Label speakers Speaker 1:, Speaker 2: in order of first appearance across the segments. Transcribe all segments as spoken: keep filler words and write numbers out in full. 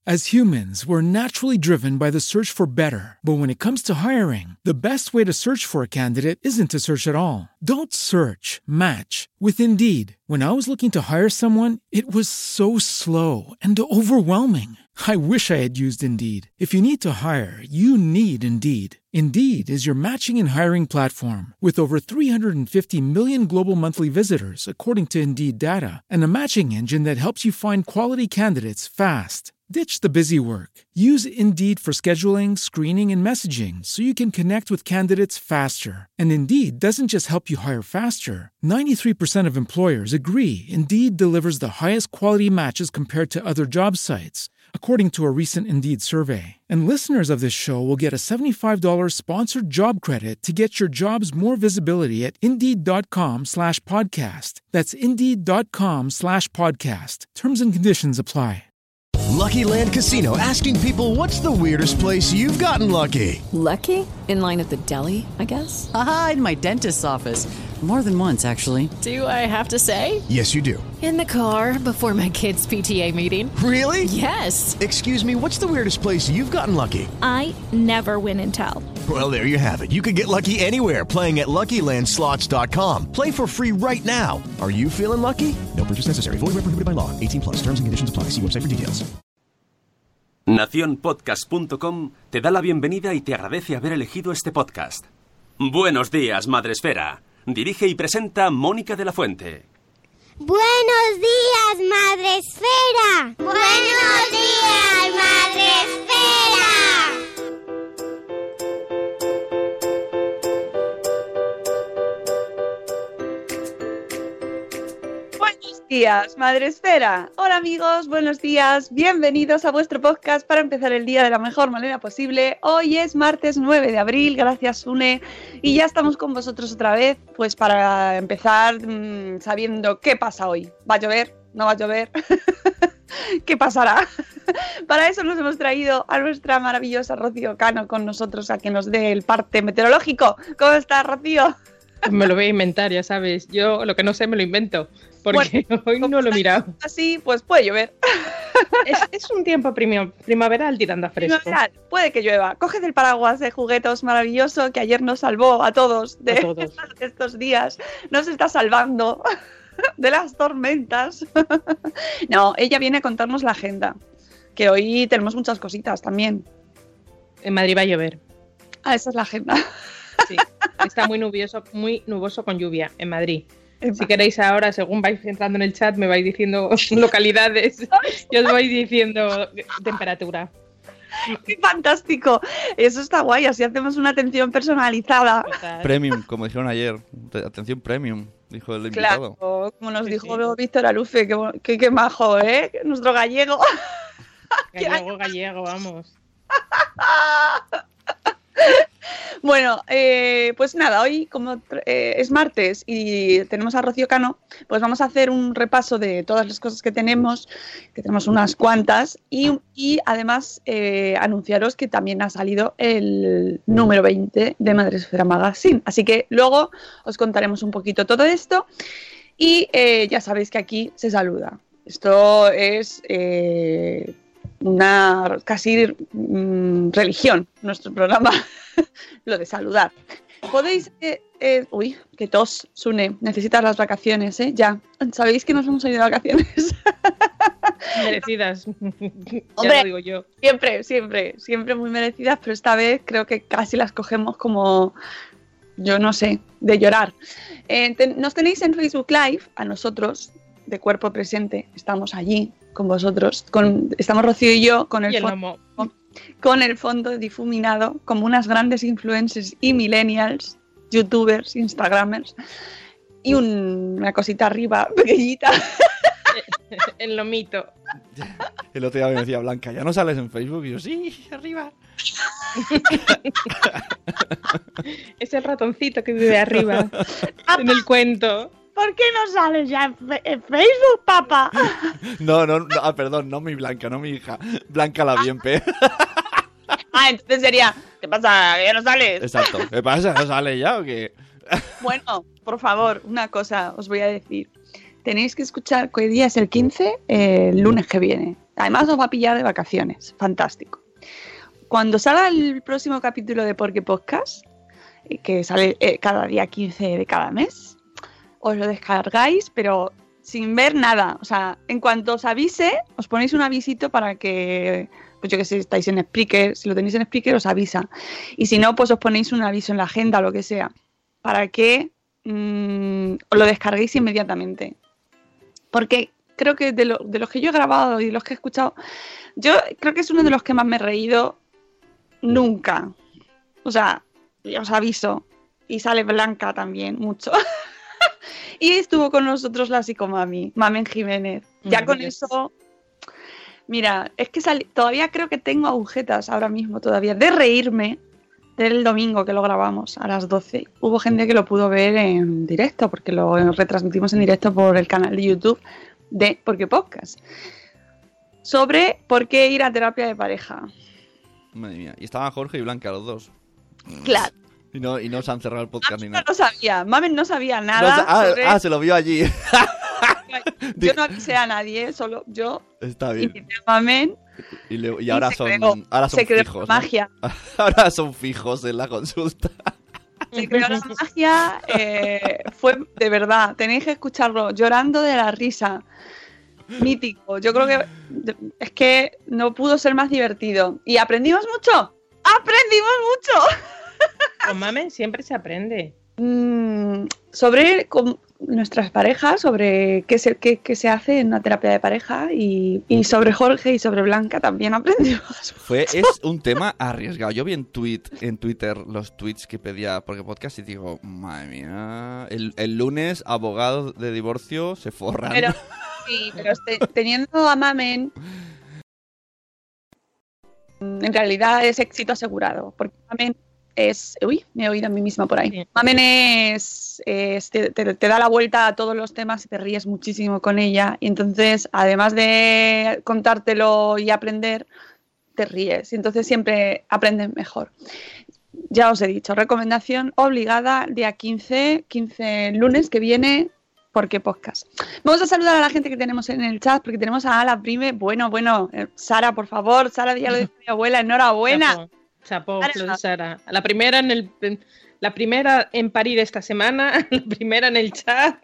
Speaker 1: As humans, we're naturally driven by the search for better. But when it comes to hiring, the best way to search for a candidate isn't to search at all. Don't search, match with Indeed. When I was looking to hire someone, it was so slow and overwhelming. I wish I had used Indeed. If you need to hire, you need Indeed. Indeed is your matching and hiring platform with over three hundred fifty million global monthly visitors, according to Indeed data, and a matching engine that helps you find quality candidates fast. Ditch the busy work. Use Indeed for scheduling, screening, and messaging so you can connect with candidates faster. And Indeed doesn't just help you hire faster. ninety-three percent of employers agree Indeed delivers the highest quality matches compared to other job sites, according to a recent Indeed survey. And listeners of this show will get a seventy-five dollars sponsored job credit to get your jobs more visibility at Indeed.com slash podcast. That's Indeed.com slash podcast. Terms and conditions apply.
Speaker 2: Lucky Land Casino, asking people, what's the weirdest place you've gotten lucky?
Speaker 3: Lucky? In line at the deli, I guess?
Speaker 4: Aha, in my dentist's office. More than once, actually.
Speaker 3: Do I have to say?
Speaker 2: Yes, you do.
Speaker 3: In the car before my kids' P T A meeting.
Speaker 2: Really?
Speaker 3: Yes.
Speaker 2: Excuse me, what's the weirdest place you've gotten lucky?
Speaker 5: I never win and tell.
Speaker 2: Well, there you have it. You can get lucky anywhere, playing at Lucky Land Slots dot com. Play for free right now. Are you feeling lucky? No purchase necessary. Void where prohibited by law. eighteen plus. Terms and conditions apply. See website for details.
Speaker 6: Nación Podcast punto com te da la bienvenida y te agradece haber elegido este podcast. Buenos días, Madresfera. Dirige y presenta Mónica de la Fuente.
Speaker 7: Buenos días, Madresfera. Buenos días, Madresfera.
Speaker 8: Buenos días, Madresfera. Hola amigos, buenos días. Bienvenidos a vuestro podcast para empezar el día de la mejor manera posible. Hoy es martes nueve de abril, gracias Sune. Y ya estamos con vosotros otra vez, pues para empezar mmm, sabiendo qué pasa hoy. ¿Va a llover? ¿No va a llover? ¿Qué pasará? Para eso nos hemos traído a nuestra maravillosa Rocío Cano con nosotros a que nos dé el parte meteorológico. ¿Cómo estás, Rocío?
Speaker 9: Me lo voy a inventar, ya sabes. Yo lo que no sé me lo invento, porque bueno, hoy no lo he mirado.
Speaker 8: Así, pues puede llover.
Speaker 9: Es, es un tiempo primi- primaveral tirando a fresco.
Speaker 8: Primaveral, puede que llueva. Coge el paraguas de juguetos maravilloso que ayer nos salvó a todos de,
Speaker 9: a todos.
Speaker 8: de estos días. Nos está salvando de las tormentas. No, ella viene a contarnos la agenda, que hoy tenemos muchas cositas también.
Speaker 9: En Madrid va a llover.
Speaker 8: Ah, esa es la agenda.
Speaker 9: Sí, está muy nubioso, muy nuboso con lluvia en Madrid.
Speaker 8: Epa.
Speaker 9: Si queréis ahora, según vais entrando en el chat, me vais diciendo localidades y os vais diciendo temperatura.
Speaker 8: ¡Qué fantástico! Eso está guay, así hacemos una atención personalizada.
Speaker 10: Premium, como dijeron ayer. Atención premium, dijo el invitado.
Speaker 8: Claro, como nos
Speaker 9: Sí,
Speaker 8: dijo
Speaker 9: sí.
Speaker 8: Víctor Alufe, que, que, que majo, ¿eh? Nuestro gallego.
Speaker 9: Gallego, gallego, vamos.
Speaker 8: Bueno, eh, pues nada, hoy como eh, es martes y tenemos a Rocío Cano, pues vamos a hacer un repaso de todas las cosas que tenemos, que tenemos unas cuantas, y, y además eh, anunciaros que también ha salido el número veinte de Madresfera Magazine. Así que luego os contaremos un poquito todo esto y eh, ya sabéis que aquí se saluda. Esto es... Eh, una casi mmm, religión, nuestro programa, lo de saludar. Podéis, eh, eh, uy, qué tos, Sune, necesitas las vacaciones, ¿eh? Ya, sabéis que nos hemos ido de vacaciones.
Speaker 9: Merecidas, ya
Speaker 8: Hombre,
Speaker 9: lo digo yo.
Speaker 8: Siempre, siempre, siempre muy merecidas, pero esta vez creo que casi las cogemos como, yo no sé, de llorar. Eh, ten, nos tenéis en Facebook Live, a nosotros, de cuerpo presente, estamos allí con vosotros, con, estamos Rocío y yo con el,
Speaker 9: Y el
Speaker 8: fondo, con, con el fondo difuminado como unas grandes influencers y millennials, youtubers, instagramers y un, una cosita arriba pequeñita.
Speaker 9: El lomito.
Speaker 10: El otro día me decía Blanca, ¿ya no sales en Facebook? Y yo, sí, arriba.
Speaker 9: Es el ratoncito que vive arriba en el cuento.
Speaker 7: ¿Por qué no sales ya en, fe- en Facebook, papá?
Speaker 10: No, no, no, ah, perdón, no mi Blanca, no mi hija. Blanca la Bienpe.
Speaker 8: Ah, entonces sería, ¿qué pasa? ¿Ya no sales?
Speaker 10: Exacto. ¿Qué pasa? ¿No sale ya o qué?
Speaker 8: Bueno, por favor, una cosa os voy a decir. Tenéis que escuchar que hoy día es el quince, eh, el lunes que viene. Además nos va a pillar de vacaciones. Fantástico. Cuando salga el próximo capítulo de Porque Podcast, que sale eh, cada día quince de cada mes, os lo descargáis, pero sin ver nada. O sea, en cuanto os avise, os ponéis un avisito para que, pues yo que sé, estáis en Spreaker, si lo tenéis en Spreaker os avisa. Y si no, pues os ponéis un aviso en la agenda o lo que sea, para que mmm, os lo descarguéis inmediatamente. Porque creo que de, lo, de los que yo he grabado y de los que he escuchado, yo creo que es uno de los que más me he reído nunca. O sea, ya os aviso. Y sale Blanca también, mucho. Y estuvo con nosotros la psicomami, Mamen Jiménez. Ya con eso, mira, es que sali- todavía creo que tengo agujetas ahora mismo todavía de reírme del domingo que lo grabamos a las doce. Hubo gente que lo pudo ver en directo, porque lo retransmitimos en directo por el canal de YouTube de Porque Podcast. Sobre por qué ir a terapia de pareja.
Speaker 10: Madre mía. Y estaban Jorge y Blanca los dos.
Speaker 8: Claro.
Speaker 10: Y no, y no se han cerrado el podcast ni
Speaker 8: No
Speaker 10: nada.
Speaker 8: lo sabía, Mamen no sabía
Speaker 10: No
Speaker 8: nada.
Speaker 10: sa- ah,
Speaker 8: sobre...
Speaker 10: ah, se lo vio allí.
Speaker 8: Yo no avisé a nadie, solo yo
Speaker 10: Está bien.
Speaker 8: invité a Mamen.
Speaker 10: Y, le- y
Speaker 8: Y
Speaker 10: ahora
Speaker 8: se
Speaker 10: son,
Speaker 8: creó-
Speaker 10: ahora son
Speaker 8: se creó
Speaker 10: fijos. ¿no?
Speaker 8: magia.
Speaker 10: Ahora son fijos en la consulta.
Speaker 8: Se creó la magia, eh, fue de verdad, tenéis que escucharlo, llorando de la risa. Mítico, yo creo que de- es que no pudo ser más divertido. ¿Y aprendimos mucho? ¡Aprendimos mucho!
Speaker 9: Con Mamen siempre se aprende.
Speaker 8: Mm, sobre con nuestras parejas, sobre qué se, qué, qué se hace en una terapia de pareja y, y sobre Jorge y sobre Blanca también aprendimos.
Speaker 10: Fue, es un tema arriesgado. Yo vi en, tweet, en Twitter los tweets que pedía Porque Podcast y digo, madre mía, el, el lunes abogado de divorcio se forran.
Speaker 8: Pero, sí, pero este- teniendo a Mamen, en realidad es éxito asegurado, porque Mamen es... Uy, me he oído a mí misma por ahí.
Speaker 9: Sí.
Speaker 8: Mamen es... es- te, te- te da la vuelta a todos los temas y te ríes muchísimo con ella. Y entonces, además de contártelo y aprender, te ríes. Y entonces siempre aprendes mejor. Ya os he dicho, recomendación obligada, día quince, quince lunes que viene, Porque Podcast. Vamos a saludar a la gente que tenemos en el chat, porque tenemos a Ala Prime. Bueno, bueno, eh, Sara, por favor, Sara, ya lo dice mi abuela, enhorabuena.
Speaker 9: Chapo, chapo,
Speaker 8: Sara.
Speaker 9: Flor de Sara. La primera en el, en- la primera en parir esta semana, la primera en el chat.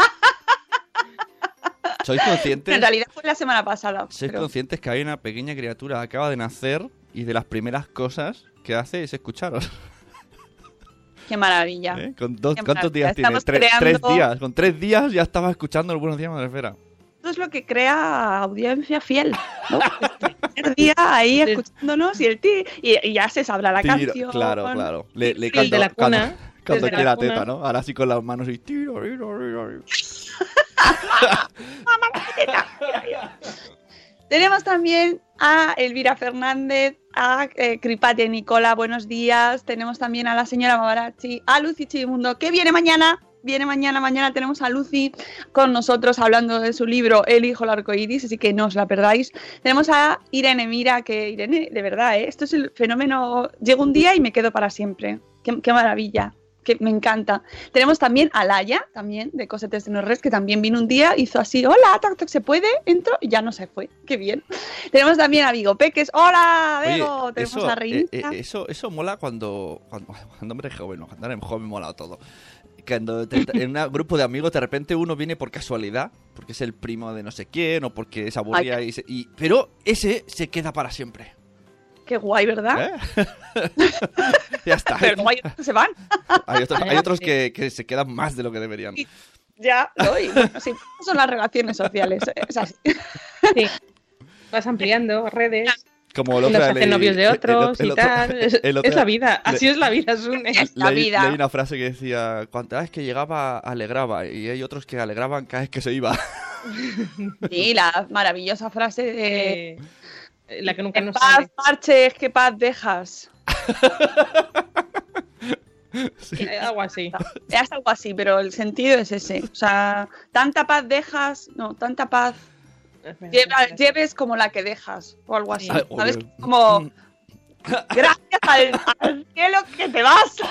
Speaker 10: ¿Sois conscientes?
Speaker 8: En realidad fue la semana pasada.
Speaker 10: ¿Sois
Speaker 8: pero-
Speaker 10: conscientes que hay una pequeña criatura que acaba de nacer y de las primeras cosas que hace es escucharos?
Speaker 8: Qué maravilla.
Speaker 10: ¿Eh? ¿Con dos,
Speaker 8: Qué
Speaker 10: ¿Cuántos
Speaker 8: maravilla.
Speaker 10: días tiene?
Speaker 8: Estamos
Speaker 10: Tres,
Speaker 8: creando-
Speaker 10: tres días. Con tres días ya estaba escuchando el Buenos Días, Madresfera.
Speaker 8: Esto es lo que crea audiencia fiel, ¿no? El primer día ahí escuchándonos y el ti y, y ya se sabrá la
Speaker 10: Tiro-
Speaker 8: canción.
Speaker 10: Claro, claro. Le, le
Speaker 8: Sí,
Speaker 10: canto,
Speaker 9: de la
Speaker 10: cuando,
Speaker 9: cuna,
Speaker 10: cuando
Speaker 9: desde la
Speaker 10: quiera
Speaker 9: cuna.
Speaker 10: teta, ¿no? Ahora sí con las manos y... tiro, tiro, tiro, tiro.
Speaker 8: Tenemos también a Elvira Fernández, a eh, Cripate Nicola, buenos días. Tenemos también a la señora Mabarachi, a Lucy Chimundo, que viene mañana. Viene mañana, mañana tenemos a Lucy con nosotros hablando de su libro El hijo del arcoíris, así que no os la perdáis. Tenemos a Irene Mira, que Irene, de verdad, ¿eh? Esto es el fenómeno, llego un día y me quedo para siempre. Qué, qué maravilla, que me encanta. Tenemos también a Laia, también, de Cosetes de Norres, que también vino un día, hizo así, hola, tac, tac, ¿se puede? Entro y ya no se fue, qué bien. Tenemos también a Vigo Peques, hola, Vigo,
Speaker 10: Oye,
Speaker 8: tenemos
Speaker 10: eso,
Speaker 8: a Reinita.
Speaker 10: eh, eh, eso, eso mola cuando, cuando, cuando eres joven, ¿no? Cuando eres joven mola todo. Cuando te- en un grupo de amigos de repente uno viene por casualidad, porque es el primo de no sé quién o porque es aburrida,
Speaker 8: Ay.
Speaker 10: y, se- y pero ese se queda para siempre.
Speaker 8: Qué guay, ¿verdad?
Speaker 10: ¿Eh? Ya está.
Speaker 8: Pero no hay otros que se van.
Speaker 10: Hay otros, hay otros que, que se quedan más de lo que deberían.
Speaker 8: Ya, ¿no? Y bueno, sí, son las relaciones sociales, es así.
Speaker 9: Sí. Vas ampliando redes.
Speaker 10: Como el
Speaker 9: Y
Speaker 10: otro
Speaker 9: los
Speaker 10: día
Speaker 9: hacen
Speaker 10: leí-
Speaker 9: novios de
Speaker 10: el- el
Speaker 9: otros
Speaker 10: otro- el
Speaker 9: y
Speaker 10: otro-
Speaker 9: tal. Es,
Speaker 10: el otro
Speaker 9: es la
Speaker 10: día-
Speaker 9: vida. Así
Speaker 10: le-
Speaker 9: es la vida, Sune.
Speaker 8: Es la
Speaker 10: leí,
Speaker 8: vida.
Speaker 10: leí una frase que decía, cuanta vez que llegaba, alegraba, y hay otros que alegraban cada vez que se iba.
Speaker 8: Sí, la maravillosa frase de
Speaker 9: Eh, la que nunca
Speaker 8: "En
Speaker 9: nos
Speaker 8: paz
Speaker 9: sale.
Speaker 8: marches, que paz dejas".
Speaker 9: Eh, Algo así.
Speaker 8: Es algo así, pero el sentido es ese. O sea, tanta paz dejas, no, tanta paz lleva- lleves como la que dejas, o algo así.
Speaker 10: Ay,
Speaker 8: ¿Sabes?
Speaker 10: joder.
Speaker 8: Como, gracias al, al cielo que te vas.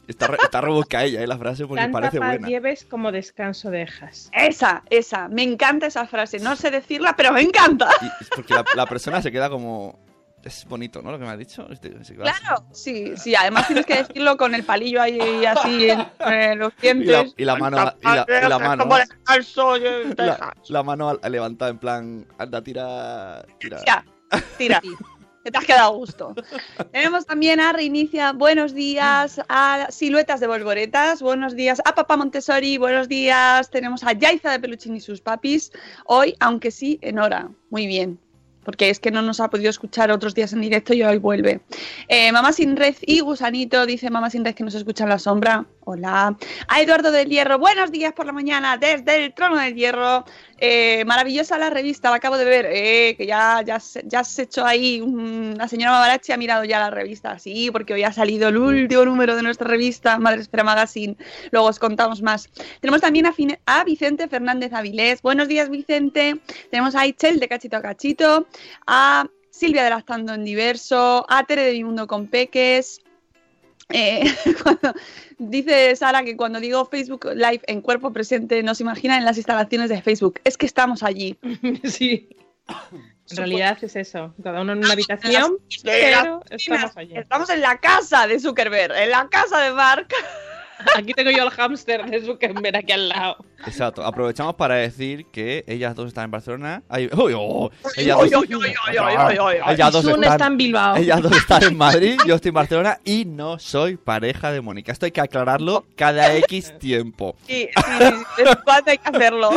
Speaker 10: Está, re, está rebusca ella, ¿eh? La frase porque
Speaker 9: Tanta
Speaker 10: parece
Speaker 9: paz
Speaker 10: buena.
Speaker 9: lleves como descanso dejas.
Speaker 8: Esa, esa. Me encanta esa frase. No sé decirla, pero me encanta.
Speaker 10: Y es porque la, la persona se queda como... Es bonito, ¿no? Lo que me has dicho.
Speaker 8: Claro, sí, sí. Además tienes que decirlo con el palillo ahí así en eh, los dientes.
Speaker 10: Y la, y la mano... Y la, y la mano...
Speaker 8: Como descanso,
Speaker 10: la, la mano levantada en plan... Anda, tira... Tira.
Speaker 8: Tira. Tira. Que te has quedado a gusto. Tenemos también a Reinicia, buenos días, a Siluetas de Volvoretas, buenos días a Papá Montessori, buenos días. Tenemos a Yaiza de Peluchín y sus papis, hoy, aunque sí, en hora. Muy bien, porque es que no nos ha podido escuchar otros días en directo y hoy vuelve. Eh, Mamá Sin Red y Gusanito, dice Mamá Sin Red que nos escucha en la sombra. Hola. A Eduardo del Hierro, buenos días por la mañana desde el Trono del Hierro. Eh, maravillosa la revista, la acabo de ver, eh, que ya, ya, ya has hecho ahí, um, la señora Mavarachi ha mirado ya la revista, sí, porque hoy ha salido el último número de nuestra revista, Madresfera Magazine, luego os contamos más. Tenemos también a, Fine, a Vicente Fernández Avilés, buenos días Vicente, tenemos a Ichel de Cachito a Cachito, a Silvia de Lactando en Diverso, a Tere de Mi Mundo con Peques. Eh, cuando, dice Sara que cuando digo Facebook Live en cuerpo presente nos imaginan en las instalaciones de Facebook. Es que estamos allí.
Speaker 9: Sí. En realidad es eso. Cada uno en una habitación, pero estamos allí.
Speaker 8: Estamos en la casa de Zuckerberg, en la casa de Mark.
Speaker 9: Aquí tengo yo el hámster de Zuckerberg aquí al lado.
Speaker 10: Exacto. Aprovechamos para decir que ellas dos están en Barcelona. Ay, uy, oh, ellas
Speaker 8: Oy,
Speaker 10: dos,
Speaker 8: oy, oy, oy, oy, oy, oy, oy.
Speaker 10: ellas dos
Speaker 9: Sun
Speaker 10: están,
Speaker 9: está en Bilbao.
Speaker 10: ellas dos están en Madrid, yo estoy en Barcelona y no soy pareja de Mónica. Esto hay que aclararlo cada X tiempo.
Speaker 8: Sí, sí, sí, de cuándo hay que hacerlo.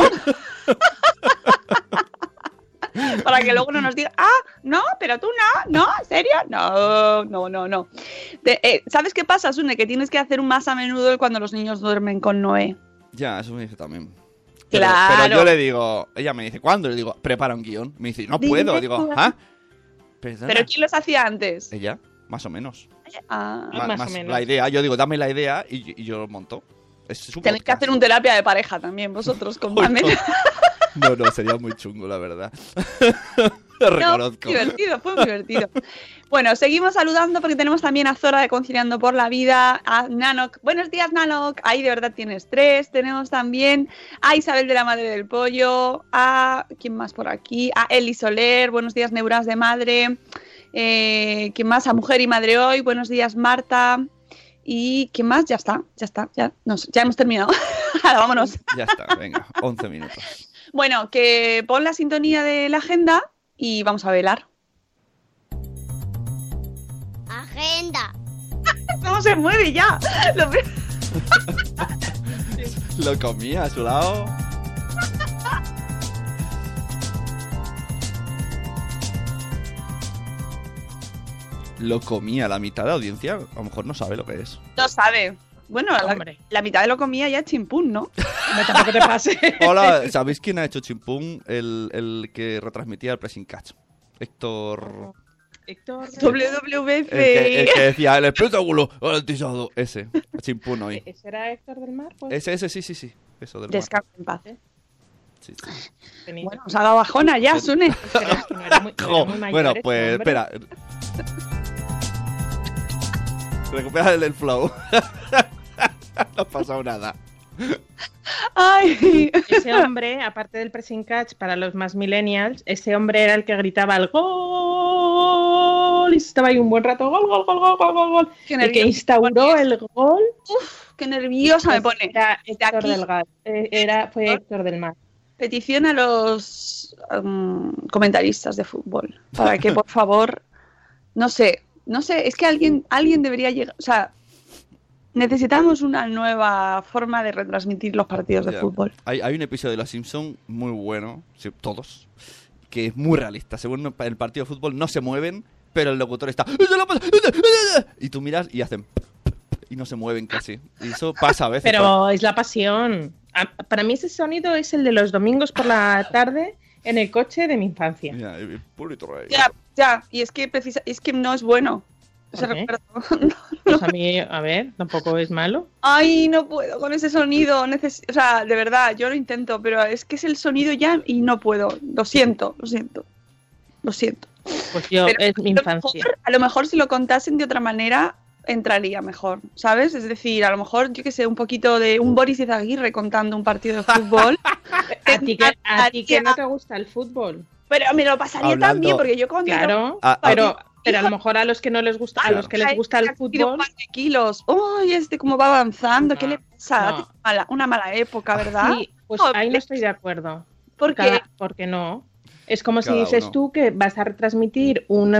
Speaker 8: Para que luego no nos diga, ah, no, pero tú no, no, ¿en serio? No, no, no, no. De, eh, ¿Sabes qué pasa, Sune? Que tienes que hacer un más a menudo cuando los niños duermen con Noé.
Speaker 10: Ya, eso me dice también. Pero,
Speaker 8: Claro.
Speaker 10: pero yo le digo, ella me dice, ¿cuándo? Le digo, prepara un guión. Me dice, no puedo. Digo, ¿ah? Perdona.
Speaker 8: ¿Pero quién los hacía antes?
Speaker 10: Ella, más o menos.
Speaker 8: Ah,
Speaker 10: Ma-
Speaker 9: más o
Speaker 10: más
Speaker 9: menos.
Speaker 10: La idea, yo digo, dame la idea y, y yo lo monto. Es su
Speaker 8: tenéis que
Speaker 10: podcast.
Speaker 8: hacer un terapia de pareja también, vosotros, con
Speaker 10: Uy,
Speaker 8: Mamen.
Speaker 10: No, no, sería muy chungo, la verdad.
Speaker 8: No,
Speaker 10: Lo reconozco.
Speaker 8: fue divertido, fue muy divertido. Bueno, seguimos saludando porque tenemos también a Zora de Conciliando por la Vida, a Nanok. Buenos días, Nanok. Ahí de verdad tienes tres. Tenemos también a Isabel de la Madre del Pollo, a... ¿quién más por aquí? A Eli Soler. Buenos días, Neuras de Madre. Eh, ¿Quién más? A Mujer y Madre Hoy. Buenos días, Marta. ¿Y quién más? Ya está, ya está. Ya, no, ya hemos terminado. Ahora, vámonos.
Speaker 10: Ya está, venga, once minutos.
Speaker 8: Bueno, que pon la sintonía de la agenda y vamos a velar.
Speaker 11: Agenda.
Speaker 8: ¿Cómo se mueve ya? Lo...
Speaker 10: Lo comía a su lado. Lo comía. La mitad de la audiencia a lo mejor no sabe lo que es.
Speaker 8: No sabe. Bueno, la,
Speaker 9: Hombre.
Speaker 8: la mitad de lo comía ya chimpún, ¿no?
Speaker 9: No, tampoco te pase.
Speaker 10: Hola, ¿sabéis quién ha hecho Chimpún? El, el que retransmitía el Pressing Catch. Héctor...
Speaker 9: Héctor.
Speaker 8: W W F.
Speaker 10: El que, el que decía, el espectáculo garantizado. Ese, Chimpún hoy.
Speaker 9: ¿Ese era Héctor del Mar? Pues?
Speaker 10: Ese, ese, sí, sí, sí. Eso del mar.
Speaker 8: Descansa en paz.
Speaker 10: Sí, sí.
Speaker 9: Tenía-
Speaker 8: Bueno, nos ha dado bajona ya, Sune.
Speaker 9: Pero es que no era muy, no era
Speaker 10: Jo,
Speaker 9: muy mayor
Speaker 10: bueno,
Speaker 9: ese
Speaker 10: pues
Speaker 9: hombre.
Speaker 10: espera. Recupera el del flow. No ha pasado nada.
Speaker 8: Ay.
Speaker 9: Ese hombre, aparte del pressing catch para los más millennials, ese hombre era el que gritaba el gol y estaba ahí un buen rato, gol, gol, gol, gol, gol, gol, gol.
Speaker 8: Qué
Speaker 9: El que
Speaker 8: nerviosa.
Speaker 9: instauró el gol
Speaker 8: Uf, qué nerviosa me pone.
Speaker 9: era
Speaker 8: De
Speaker 9: Héctor
Speaker 8: aquí,
Speaker 9: del Mar. Eh, Era, fue Héctor del Mar.
Speaker 8: petición a los um, comentaristas de fútbol para que, por favor, no sé, no sé, es que alguien, alguien debería llegar, o sea, necesitamos una nueva forma de retransmitir los partidos de
Speaker 10: Ya.
Speaker 8: fútbol.
Speaker 10: Hay, hay un episodio de Los Simpsons muy bueno, sí, todos, que es muy realista. Según el partido de fútbol no se mueven, pero el locutor está... Y tú miras y hacen... Y no se mueven casi. Y eso pasa a veces.
Speaker 9: Pero es la pasión. A- Para mí ese sonido es el de los domingos por la tarde en el coche de mi infancia.
Speaker 10: Ya, y- purito rey.
Speaker 8: Ya, ya, y es que precisa, es que no es bueno. Ese
Speaker 9: ¿Por qué?
Speaker 8: recuerdo.
Speaker 9: Pues a mí, a ver, tampoco es malo.
Speaker 8: Ay, no puedo con ese sonido. Neces- o sea, de verdad, yo lo intento, pero es que es el sonido ya y no puedo. Lo siento, lo siento. Lo siento.
Speaker 9: Pues yo,
Speaker 8: Pero
Speaker 9: es mi
Speaker 8: a lo
Speaker 9: infancia.
Speaker 8: mejor- a lo mejor si lo contasen de otra manera, entraría mejor, ¿sabes? Es decir, a lo mejor, yo que sé, un poquito de un Boris Izaguirre contando un partido de fútbol.
Speaker 9: ¿A ti, que, ¿A ti que no te gusta el fútbol?
Speaker 8: Pero me lo pasaría
Speaker 10: Hablando...
Speaker 8: también, porque yo cuando...
Speaker 9: Claro,
Speaker 10: a, a,
Speaker 9: pero... Pero a lo mejor a los que no les gusta, a los que les gusta el fútbol.
Speaker 8: Un par de kilos. Uy, este cómo va avanzando.
Speaker 9: No,
Speaker 8: ¿Qué le pasa?
Speaker 9: no.
Speaker 8: Una, mala, una mala época, ¿verdad?
Speaker 9: Sí, pues
Speaker 8: no,
Speaker 9: ahí no estoy de acuerdo.
Speaker 8: ¿Por qué?
Speaker 9: Cada, porque no. Es como
Speaker 10: Cada
Speaker 9: si dices
Speaker 10: uno.
Speaker 9: tú que vas a retransmitir un,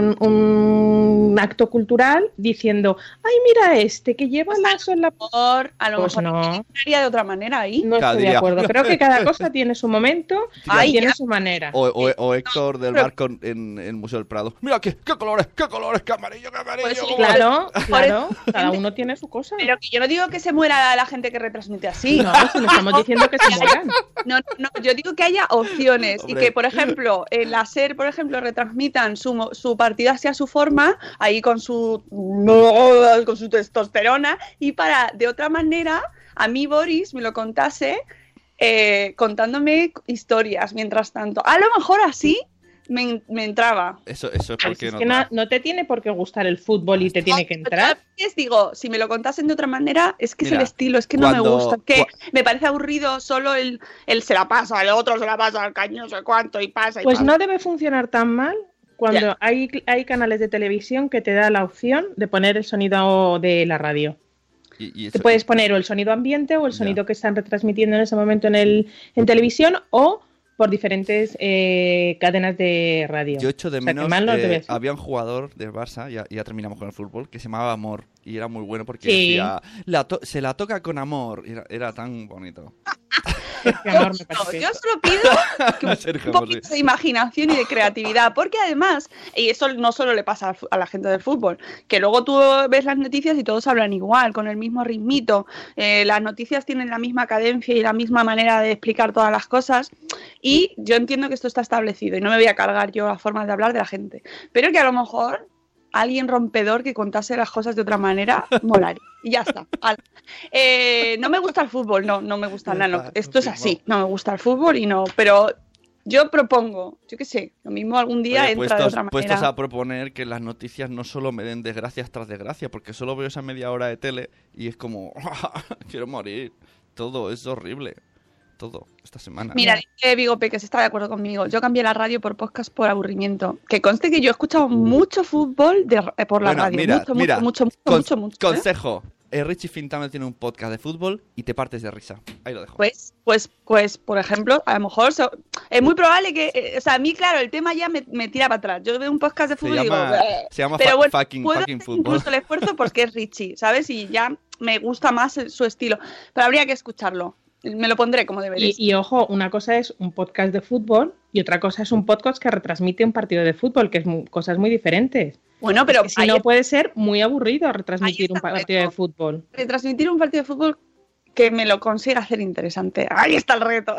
Speaker 9: un acto cultural diciendo, ay, mira este que lleva
Speaker 8: Pues
Speaker 9: lazo en la...
Speaker 8: Por, a lo
Speaker 9: Pues
Speaker 8: mejor
Speaker 9: no.
Speaker 8: haría de otra manera ahí.
Speaker 9: No
Speaker 10: Cada
Speaker 9: estoy de
Speaker 10: día.
Speaker 9: acuerdo. Creo que cada cosa tiene su momento
Speaker 8: Ay,
Speaker 9: y tiene
Speaker 8: ya.
Speaker 9: su manera.
Speaker 10: O, o, o Héctor del
Speaker 8: pero-
Speaker 10: Barco en el Museo del Prado. Mira qué, qué colores, qué colores, qué amarillo, qué amarillo.
Speaker 8: Pues sí,
Speaker 10: qué
Speaker 9: Claro,
Speaker 8: Por
Speaker 9: claro.
Speaker 8: eso-
Speaker 9: Cada uno tiene su cosa.
Speaker 8: Pero que yo no digo que se muera la gente que retransmite así.
Speaker 9: No, si no estamos diciendo que se mueran.
Speaker 8: No, no, yo digo que haya opciones y
Speaker 10: Hombre.
Speaker 8: que, por ejemplo, en la SER, por ejemplo, retransmitan su, mo- su partido hacia su forma, ahí con su con su testosterona, y para, de otra manera, a mí Boris me lo contase eh, contándome historias mientras tanto. A lo mejor así me, me entraba.
Speaker 10: Eso, eso es
Speaker 9: Pues
Speaker 10: porque
Speaker 9: es
Speaker 10: no.
Speaker 9: que no, no te tiene por qué gustar el fútbol y te tiene que entrar.
Speaker 8: Les digo, si me lo contasen de otra manera, es que
Speaker 10: Mira,
Speaker 8: es el estilo, es que no
Speaker 10: cuando-
Speaker 8: me gusta, que
Speaker 10: cua-
Speaker 8: me parece aburrido solo el, el se la pasa, el otro se la pasa al caño, no sé cuánto, y pasa y
Speaker 9: Pues
Speaker 8: pasa.
Speaker 9: no debe funcionar tan mal cuando
Speaker 8: Ya.
Speaker 9: hay, hay canales de televisión que te da la opción de poner el sonido de la radio.
Speaker 10: Y, y
Speaker 9: Te
Speaker 10: eso-
Speaker 9: puedes poner o el sonido ambiente o el
Speaker 10: Ya.
Speaker 9: sonido que están retransmitiendo en ese momento en, el, en televisión o por diferentes eh, cadenas de radio.
Speaker 10: Yo echo de
Speaker 9: O sea, que
Speaker 10: menos.
Speaker 9: mal no
Speaker 10: eh,
Speaker 9: debe ser.
Speaker 10: había un jugador del Barça, ya, ya terminamos con el fútbol, que se llamaba Amor. Y era muy bueno porque
Speaker 9: Sí.
Speaker 10: decía: "La to- se la toca con amor". Y Era, era tan bonito.
Speaker 9: Qué amor, me
Speaker 8: No,
Speaker 9: parece.
Speaker 8: yo solo pido que
Speaker 10: Sergio,
Speaker 8: un
Speaker 10: por
Speaker 8: poquito
Speaker 10: sí.
Speaker 8: de imaginación y de creatividad, porque además, y eso no solo le pasa al fu- a la gente del fútbol, que luego tú ves las noticias y todos hablan igual, con el mismo ritmito, eh, las noticias tienen la misma cadencia y la misma manera de explicar todas las cosas, y yo entiendo que esto está establecido y no me voy a cargar yo las formas de hablar de la gente, pero que a lo mejor alguien rompedor que contase las cosas de otra manera, molaría. Y ya está. Al- Eh, no me gusta el fútbol, no, no me gusta
Speaker 10: Ya
Speaker 8: nada. no.
Speaker 10: está,
Speaker 8: Esto es
Speaker 10: confirmado.
Speaker 8: así, no me gusta el fútbol y no, pero yo propongo, yo qué sé, lo mismo algún día
Speaker 10: Oye,
Speaker 8: entra de
Speaker 10: puestos,
Speaker 8: otra manera.
Speaker 10: puestos a proponer que las noticias no solo me den desgracias tras desgracia, porque solo veo esa media hora de tele y es como, quiero morir. Todo es horrible. Todo, esta semana.
Speaker 8: Mira, dice Vigo Peques, está de acuerdo conmigo. Yo cambié la radio por podcast por aburrimiento. Que conste que yo he escuchado mucho fútbol de, eh, por la
Speaker 10: Bueno,
Speaker 8: radio.
Speaker 10: mira,
Speaker 8: mucho,
Speaker 10: mira,
Speaker 8: mucho, mucho,
Speaker 10: Con-
Speaker 8: mucho, mucho, ¿eh?
Speaker 10: Consejo. Eh, Richie Finn también tiene un podcast de fútbol y te partes de risa. Ahí lo dejo.
Speaker 8: Pues, pues, pues, por ejemplo, a lo mejor so- es muy probable que, eh, o sea, a mí, claro, el tema ya me, me tira para atrás. Yo veo un podcast de
Speaker 10: se
Speaker 8: fútbol y
Speaker 10: llama,
Speaker 8: digo, "Bleh".
Speaker 10: se llama
Speaker 8: pero
Speaker 10: fa-
Speaker 8: bueno,
Speaker 10: fucking,
Speaker 8: puedo
Speaker 10: fucking
Speaker 8: hacer
Speaker 10: fútbol.
Speaker 8: incluso el esfuerzo porque es Richie, ¿sabes? Y ya me gusta más el- su estilo. Pero habría que escucharlo. Me lo pondré como deberéis.
Speaker 9: Y, y ojo, una cosa es un podcast de fútbol y otra cosa es un podcast que retransmite un partido de fútbol, que es mu- cosas muy diferentes.
Speaker 8: Bueno, pero
Speaker 9: Es que si
Speaker 8: ahí
Speaker 9: no puede ser muy aburrido retransmitir
Speaker 8: Ahí está
Speaker 9: un
Speaker 8: el
Speaker 9: partido de
Speaker 8: reto.
Speaker 9: fútbol.
Speaker 8: retransmitir un partido de fútbol que me lo consiga hacer interesante. Ahí está el reto.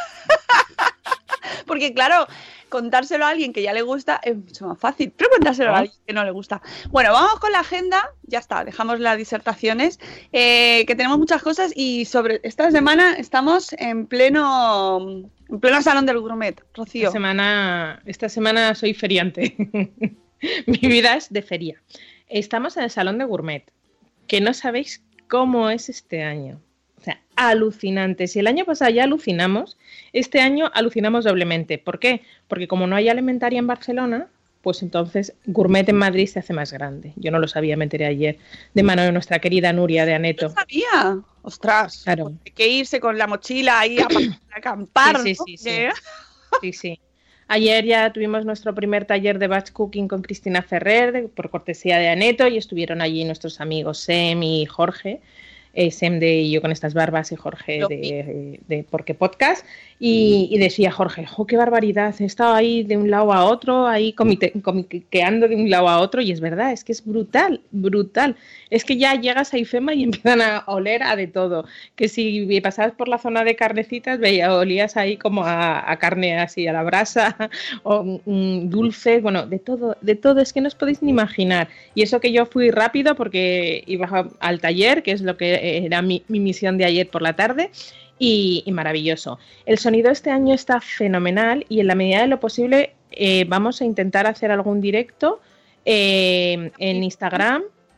Speaker 8: Porque claro, contárselo a alguien que ya le gusta es mucho más fácil, pero contárselo a
Speaker 9: Ah.
Speaker 8: alguien que no le gusta. Bueno, vamos con la agenda, ya está, dejamos las disertaciones, eh, que tenemos muchas cosas y sobre esta semana estamos en pleno, en pleno salón del gourmet, Rocío.
Speaker 9: Esta semana, esta semana soy feriante. Mi vida es de feria. Estamos en el Salón de Gourmet, que no sabéis cómo es este año. O sea, alucinante. Si el año pasado ya alucinamos, este año alucinamos doblemente. ¿Por qué? Porque como no hay alimentaria en Barcelona, pues entonces Gourmet en Madrid se hace más grande. Yo no lo sabía, me enteré ayer, de mano de nuestra querida Nuria de Aneto.
Speaker 8: No sabía. Ostras,
Speaker 9: Claro.
Speaker 8: pues hay que irse con la mochila ahí a, pa- a acampar,
Speaker 9: Sí, sí,
Speaker 8: ¿no?
Speaker 9: sí, sí.
Speaker 8: Que-
Speaker 9: Sí, sí. Ayer ya tuvimos nuestro primer taller de batch cooking con Cristina Ferrer, de- por cortesía de Aneto, y estuvieron allí nuestros amigos Sem y Jorge. Eh, Sem de Yo con estas barbas y Jorge
Speaker 8: Lo
Speaker 9: de,
Speaker 8: vi.
Speaker 9: de, de Porque Podcast. Y, y decía Jorge, ¡jo, qué barbaridad! He estado ahí de un lado a otro, ahí comite- comiqueando de un lado a otro, y es verdad, es que es brutal, brutal. Es que ya llegas a IFEMA y empiezan a oler a de todo. Que si pasabas por la zona de carnecitas, veía, olías ahí como a, a carne así a la brasa, o mm, dulce, bueno, de todo, de todo, es que no os podéis ni imaginar. Y eso que yo fui rápido porque iba al taller, que es lo que era mi, mi misión de ayer por la tarde, y, y maravilloso. El sonido este año está fenomenal y en la medida de lo posible eh, vamos a intentar hacer algún directo eh, en Instagram.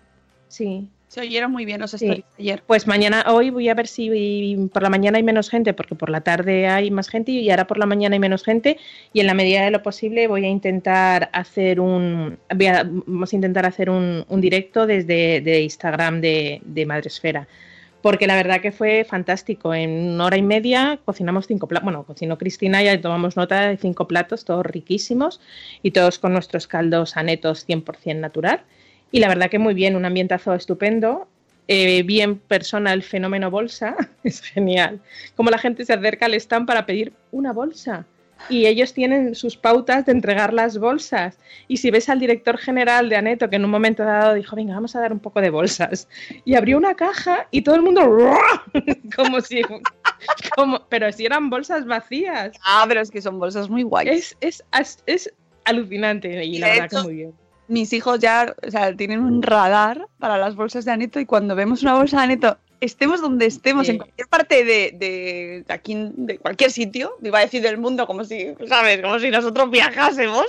Speaker 9: Sí.
Speaker 8: Se oyeron muy bien los stories
Speaker 9: Sí.
Speaker 8: ayer.
Speaker 9: Pues mañana, hoy voy a ver si por la mañana hay menos gente, porque por la tarde hay más gente y ahora por la mañana hay menos gente, y en la medida de lo posible voy a intentar hacer un voy a- vamos a intentar hacer un, un directo desde de Instagram de, de Madresfera, porque la verdad que fue fantástico. En una hora y media cocinamos cinco platos, bueno, cocinó Cristina, ya tomamos nota de cinco platos, todos riquísimos y todos con nuestros caldos anetos cien por ciento natural. Y la verdad que muy bien, un ambientazo estupendo. Eh, vi en persona el fenómeno bolsa, es genial. Como la gente se acerca al stand para pedir una bolsa. Y ellos tienen sus pautas de entregar las bolsas. Y si ves al director general de Aneto, que en un momento dado dijo, venga, vamos a dar un poco de bolsas. Y abrió una caja y todo el mundo, como si... Como, pero si eran bolsas vacías.
Speaker 8: Ah, pero es que son bolsas muy guays.
Speaker 9: Es, es, es alucinante y la
Speaker 8: De
Speaker 9: verdad
Speaker 8: hecho,
Speaker 9: que muy bien.
Speaker 8: Mis hijos ya, o sea, tienen un radar para las bolsas de Aneto y cuando vemos una bolsa de Aneto, estemos donde estemos,
Speaker 9: Sí.
Speaker 8: en cualquier parte de, de, de aquí, de cualquier sitio, iba a decir del mundo, como si, ¿sabes? Como si nosotros viajásemos.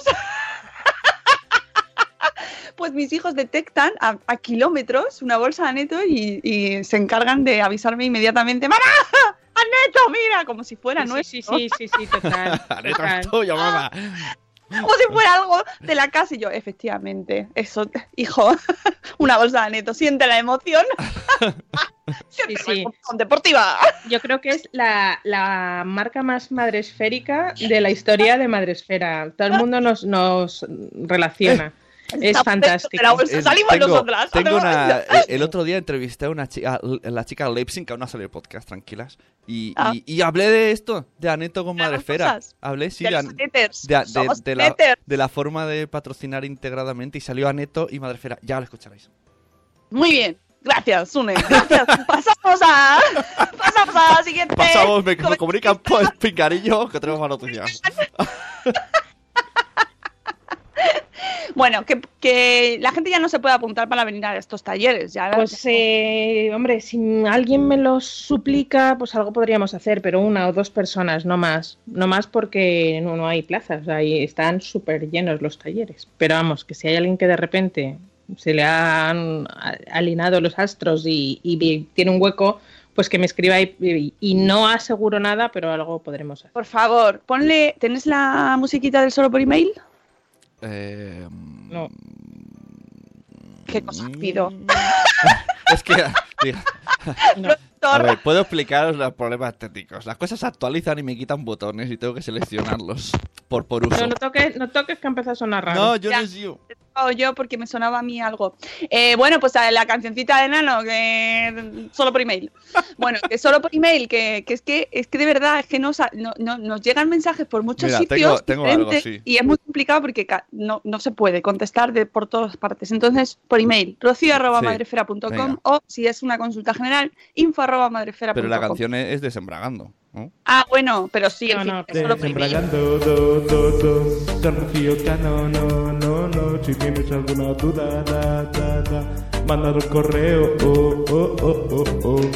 Speaker 8: Pues mis hijos detectan a, a kilómetros una bolsa de Aneto y, y se encargan de avisarme inmediatamente, ¡mamá! ¡Aneto, mira! Como si fuera
Speaker 9: Sí,
Speaker 8: nuestro.
Speaker 9: sí, sí, sí, sí, total.
Speaker 10: Aneto
Speaker 9: total.
Speaker 10: es tuyo, mamá.
Speaker 8: Como si fuera algo de la casa. Y yo, efectivamente, eso, hijo, una bolsa de Aneto, siente la emoción. Siente
Speaker 9: Sí, sí.
Speaker 8: la emoción deportiva.
Speaker 9: Yo creo que es la, la marca más madresférica de la historia de Madresfera. Todo el mundo nos, nos relaciona. Es
Speaker 8: Está
Speaker 9: fantástico.
Speaker 8: de la bolsa.
Speaker 10: Eh,
Speaker 8: Salimos
Speaker 10: tengo,
Speaker 8: nosotras.
Speaker 10: tengo
Speaker 8: ¿no?
Speaker 10: una, eh, el otro día entrevisté a una chica, a la chica Leipzig, que aún no ha salido el podcast, tranquilas. Y,
Speaker 8: Ah.
Speaker 10: y, y hablé de esto, de Aneto con
Speaker 8: De las
Speaker 10: Madresfera.
Speaker 8: cosas.
Speaker 10: Hablé, sí,
Speaker 8: De
Speaker 10: de,
Speaker 8: los
Speaker 10: An-
Speaker 8: haters.
Speaker 10: de, de-
Speaker 8: Somos
Speaker 10: de la,
Speaker 8: haters.
Speaker 10: de la forma de patrocinar integradamente y salió Aneto y Madresfera. Ya lo escucharéis.
Speaker 8: Muy bien. Gracias, Sune. Gracias. Pasamos a. Pasamos a la siguiente.
Speaker 10: Pasamos, me, me
Speaker 8: Come-
Speaker 10: comunican por Pingarillo que tenemos más noticias.
Speaker 8: Bueno, que, que la gente ya no se puede apuntar para venir a estos talleres. Ya,
Speaker 9: Pues, eh, hombre, si alguien me lo suplica, pues algo podríamos hacer, pero una o dos personas, no más. No más porque no, no hay plazas, ahí están súper llenos los talleres. Pero vamos, que si hay alguien que de repente se le han alineado los astros y, y tiene un hueco, pues que me escriba y, y, y no aseguro nada, pero algo podremos hacer.
Speaker 8: Por favor, ponle. ¿Tenés la musiquita del solo por email?
Speaker 10: Eh,
Speaker 9: No.
Speaker 8: ¿Qué cosa pido?
Speaker 10: es que, mira, a ver, puedo explicaros los problemas técnicos. Las cosas se actualizan y me quitan botones y tengo que seleccionarlos por, por uso.
Speaker 9: No, no toques, no toques que empieza a sonar raro.
Speaker 10: No, yo
Speaker 8: Ya.
Speaker 10: no sé yo.
Speaker 8: O yo porque me sonaba a mí algo. Eh, bueno, pues a la cancioncita de Nano, que solo por email. Bueno, que solo por email, que, que es que es que de verdad es que nos, no, no- nos llegan mensajes por muchos
Speaker 10: Mira,
Speaker 8: sitios
Speaker 10: tengo- tengo algo,
Speaker 8: diferentes
Speaker 10: sí.
Speaker 8: y es muy complicado porque ca- no, no se puede contestar de por todas partes. Entonces, por email, rocío arroba
Speaker 10: Sí,
Speaker 8: madrefera punto com
Speaker 10: venga.
Speaker 8: o si es una consulta general, info arroba madrefera punto com.
Speaker 10: Pero la canción es, es Desembragando, ¿no?
Speaker 8: Ah, bueno, pero sí,
Speaker 9: No,
Speaker 8: en fin,
Speaker 9: no,
Speaker 8: es solo por email.
Speaker 12: Desembragando, do, do, do, San Rocío Cano, no, no, no, si tienes alguna duda, da, da, da, mandar un correo, oh, oh, oh, oh, oh.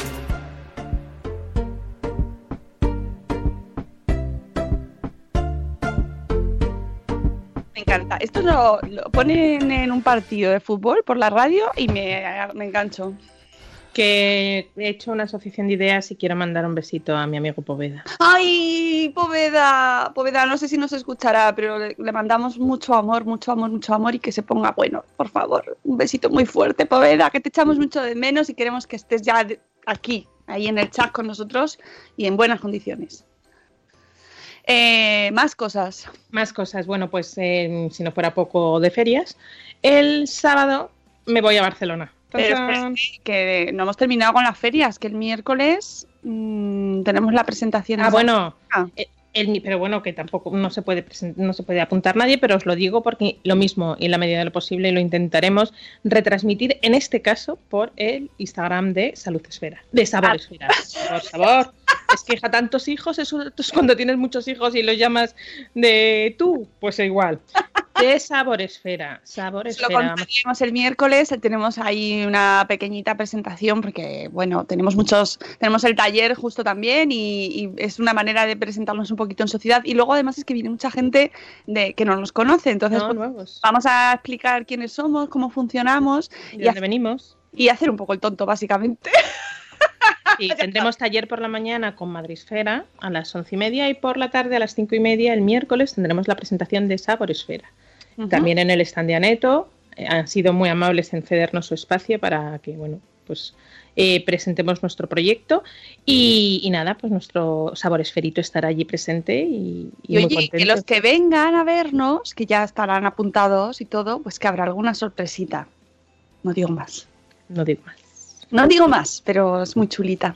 Speaker 8: Me encanta. Esto lo, lo ponen en un partido de fútbol por la radio y me, me engancho.
Speaker 9: Que he hecho una asociación de ideas y quiero mandar un besito a mi amigo Poveda.
Speaker 8: ¡Ay, Poveda! Poveda, no sé si nos escuchará, pero le, le mandamos mucho amor, mucho amor, mucho amor y que se ponga bueno, por favor. Un besito muy fuerte, Poveda, que te echamos mucho de menos y queremos que estés ya de- aquí, ahí en el chat con nosotros y en buenas condiciones. Eh, más cosas.
Speaker 9: Más cosas. Bueno, pues eh, si no fuera poco de ferias, el sábado me voy a Barcelona.
Speaker 8: Pero
Speaker 9: ¡Tachán!
Speaker 8: espérate, que no hemos terminado con las ferias, que el miércoles mmm, tenemos la presentación.
Speaker 9: Ah,
Speaker 8: en
Speaker 9: bueno,
Speaker 8: Ah.
Speaker 9: eh, el- pero bueno, que tampoco no se puede presen- no se puede apuntar nadie, pero os lo digo porque lo mismo, y en la medida de lo posible lo intentaremos retransmitir, en este caso, por el Instagram de Salud Esfera, de Sabor
Speaker 8: Ah.
Speaker 9: Esfera. Por favor. Es que hija, tantos hijos, eso es cuando tienes muchos hijos y los llamas de tú, pues igual. De Sabor Esfera, Sabor
Speaker 8: Lo
Speaker 9: Esfera. vamos.
Speaker 8: contaremos el miércoles, tenemos ahí una pequeñita presentación porque, bueno, tenemos muchos, tenemos el taller justo también y, y es una manera de presentarnos un poquito en sociedad y luego además es que viene mucha gente de que no nos conoce, entonces
Speaker 9: No,
Speaker 8: pues,
Speaker 9: nuevos.
Speaker 8: vamos a explicar quiénes somos, cómo funcionamos
Speaker 9: ¿Y
Speaker 8: y
Speaker 9: de dónde venimos?
Speaker 8: y hacer un poco el tonto, básicamente.
Speaker 9: Sí, tendremos taller por la mañana con Madresfera a las once y media y por la tarde a las cinco y media el miércoles tendremos la presentación de Saboresfera. Uh-huh. También en el stand de Aneto eh, han sido muy amables en cedernos su espacio para que, bueno, pues eh, presentemos nuestro proyecto y, y nada, pues nuestro Saboresferito estará allí presente y, y,
Speaker 8: y
Speaker 9: muy
Speaker 8: oye,
Speaker 9: contento.
Speaker 8: Que los que vengan a vernos, que ya estarán apuntados y todo, pues que habrá alguna sorpresita. No digo más.
Speaker 9: No digo más.
Speaker 8: No digo más, pero es muy chulita.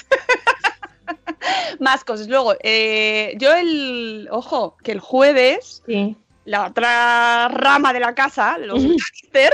Speaker 8: Más cosas. Luego, eh, yo el... Ojo, que el jueves,
Speaker 9: sí. La
Speaker 8: otra rama de la casa, los Lannister,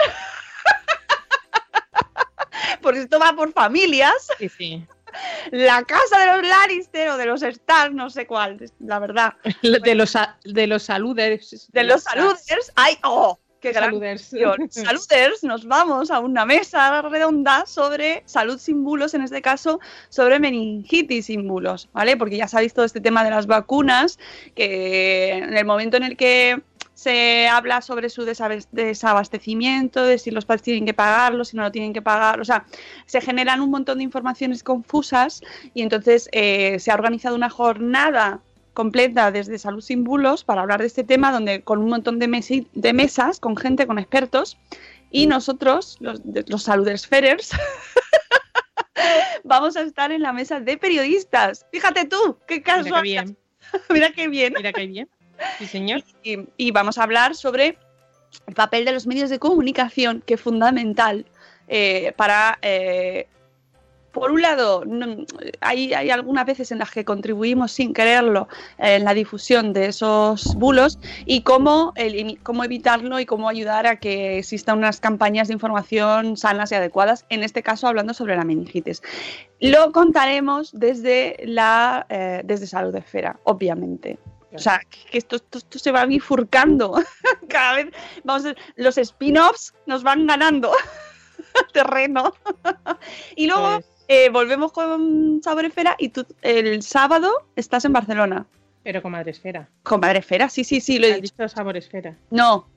Speaker 8: porque esto va por familias.
Speaker 9: Sí, sí.
Speaker 8: La casa de los Lannister o de los Stark, no sé cuál, la verdad.
Speaker 9: De los, de los Saluders.
Speaker 8: De los Saluders. ¡Ay, oh! ¡Qué gran
Speaker 9: Saluders.
Speaker 8: Saluders! Nos vamos a una mesa redonda sobre salud sin bulos, en este caso sobre meningitis sin bulos, ¿vale? Porque ya sabéis todo este tema de las vacunas, que en el momento en el que se habla sobre su desabastecimiento, de si los padres tienen que pagarlo, si no lo tienen que pagar, o sea, se generan un montón de informaciones confusas y entonces eh, se ha organizado una jornada completa desde Salud sin Bulos para hablar de este tema, donde con un montón de, mesi- de mesas, con gente, con expertos, y nosotros, los, los Saludersferers, vamos a estar en la mesa de periodistas. Fíjate tú, qué casualidad. Mira qué bien.
Speaker 9: Mira qué bien. Sí, señor.
Speaker 8: Y, y vamos a hablar sobre el papel de los medios de comunicación, que es fundamental eh, para... Eh, Por un lado, no, hay, hay algunas veces en las que contribuimos sin quererlo eh, en la difusión de esos bulos y cómo, el, cómo evitarlo y cómo ayudar a que existan unas campañas de información sanas y adecuadas, en este caso hablando sobre la meningitis. Lo contaremos desde, la, eh, desde Salud Esfera, obviamente. O sea, que esto, esto, esto se va bifurcando. Cada vez vamos a, los spin-offs nos van ganando terreno. Y luego... Pues... Eh, volvemos con Saboresfera y tú el sábado estás en Barcelona.
Speaker 9: Pero con Madresfera.
Speaker 8: Con Madresfera, sí, sí, sí, lo he
Speaker 9: ¿Has
Speaker 8: dicho.
Speaker 9: dicho Saboresfera?
Speaker 8: No.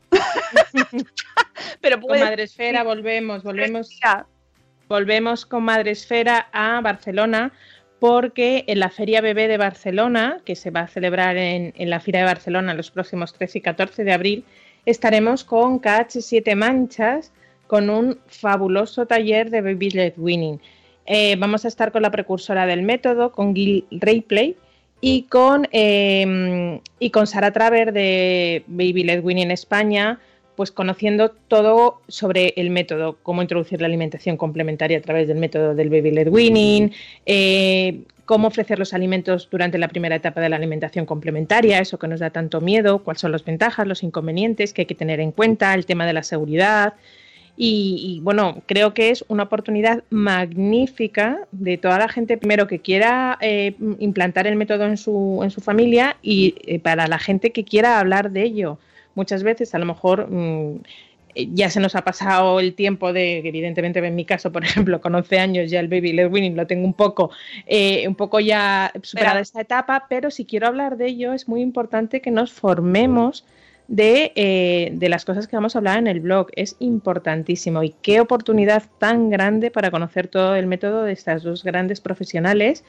Speaker 8: Pero
Speaker 9: puede... Con Madresfera volvemos, volvemos. Volvemos con Madresfera a Barcelona porque en la Feria Bebé de Barcelona, que se va a celebrar en, en la Fira de Barcelona los próximos trece y catorce de abril, estaremos con K H siete Manchas con un fabuloso taller de Baby Led Weaning. Eh, vamos a estar con la precursora del método, con Gil Rayplay y con, eh, y con Sara Traver de Baby Led Weaning España, pues conociendo todo sobre el método, cómo introducir la alimentación complementaria a través del método del Baby Led Weaning, eh, cómo ofrecer los alimentos durante la primera etapa de la alimentación complementaria, eso que nos da tanto miedo, cuáles son las ventajas, los inconvenientes que hay que tener en cuenta, el tema de la seguridad. Y, y bueno, creo que es una oportunidad magnífica de toda la gente, primero que quiera eh, implantar el método en su, en su familia y eh, para la gente que quiera hablar de ello. Muchas veces a lo mejor mmm, ya se nos ha pasado el tiempo de, evidentemente en mi caso, por ejemplo, con once años ya el Baby Led Weaning lo tengo un poco, eh, un poco ya superada esta etapa, pero si quiero hablar de ello es muy importante que nos formemos De, eh, de las cosas que vamos a hablar en el blog. Es importantísimo y qué oportunidad tan grande para conocer todo el método de estas dos grandes profesionales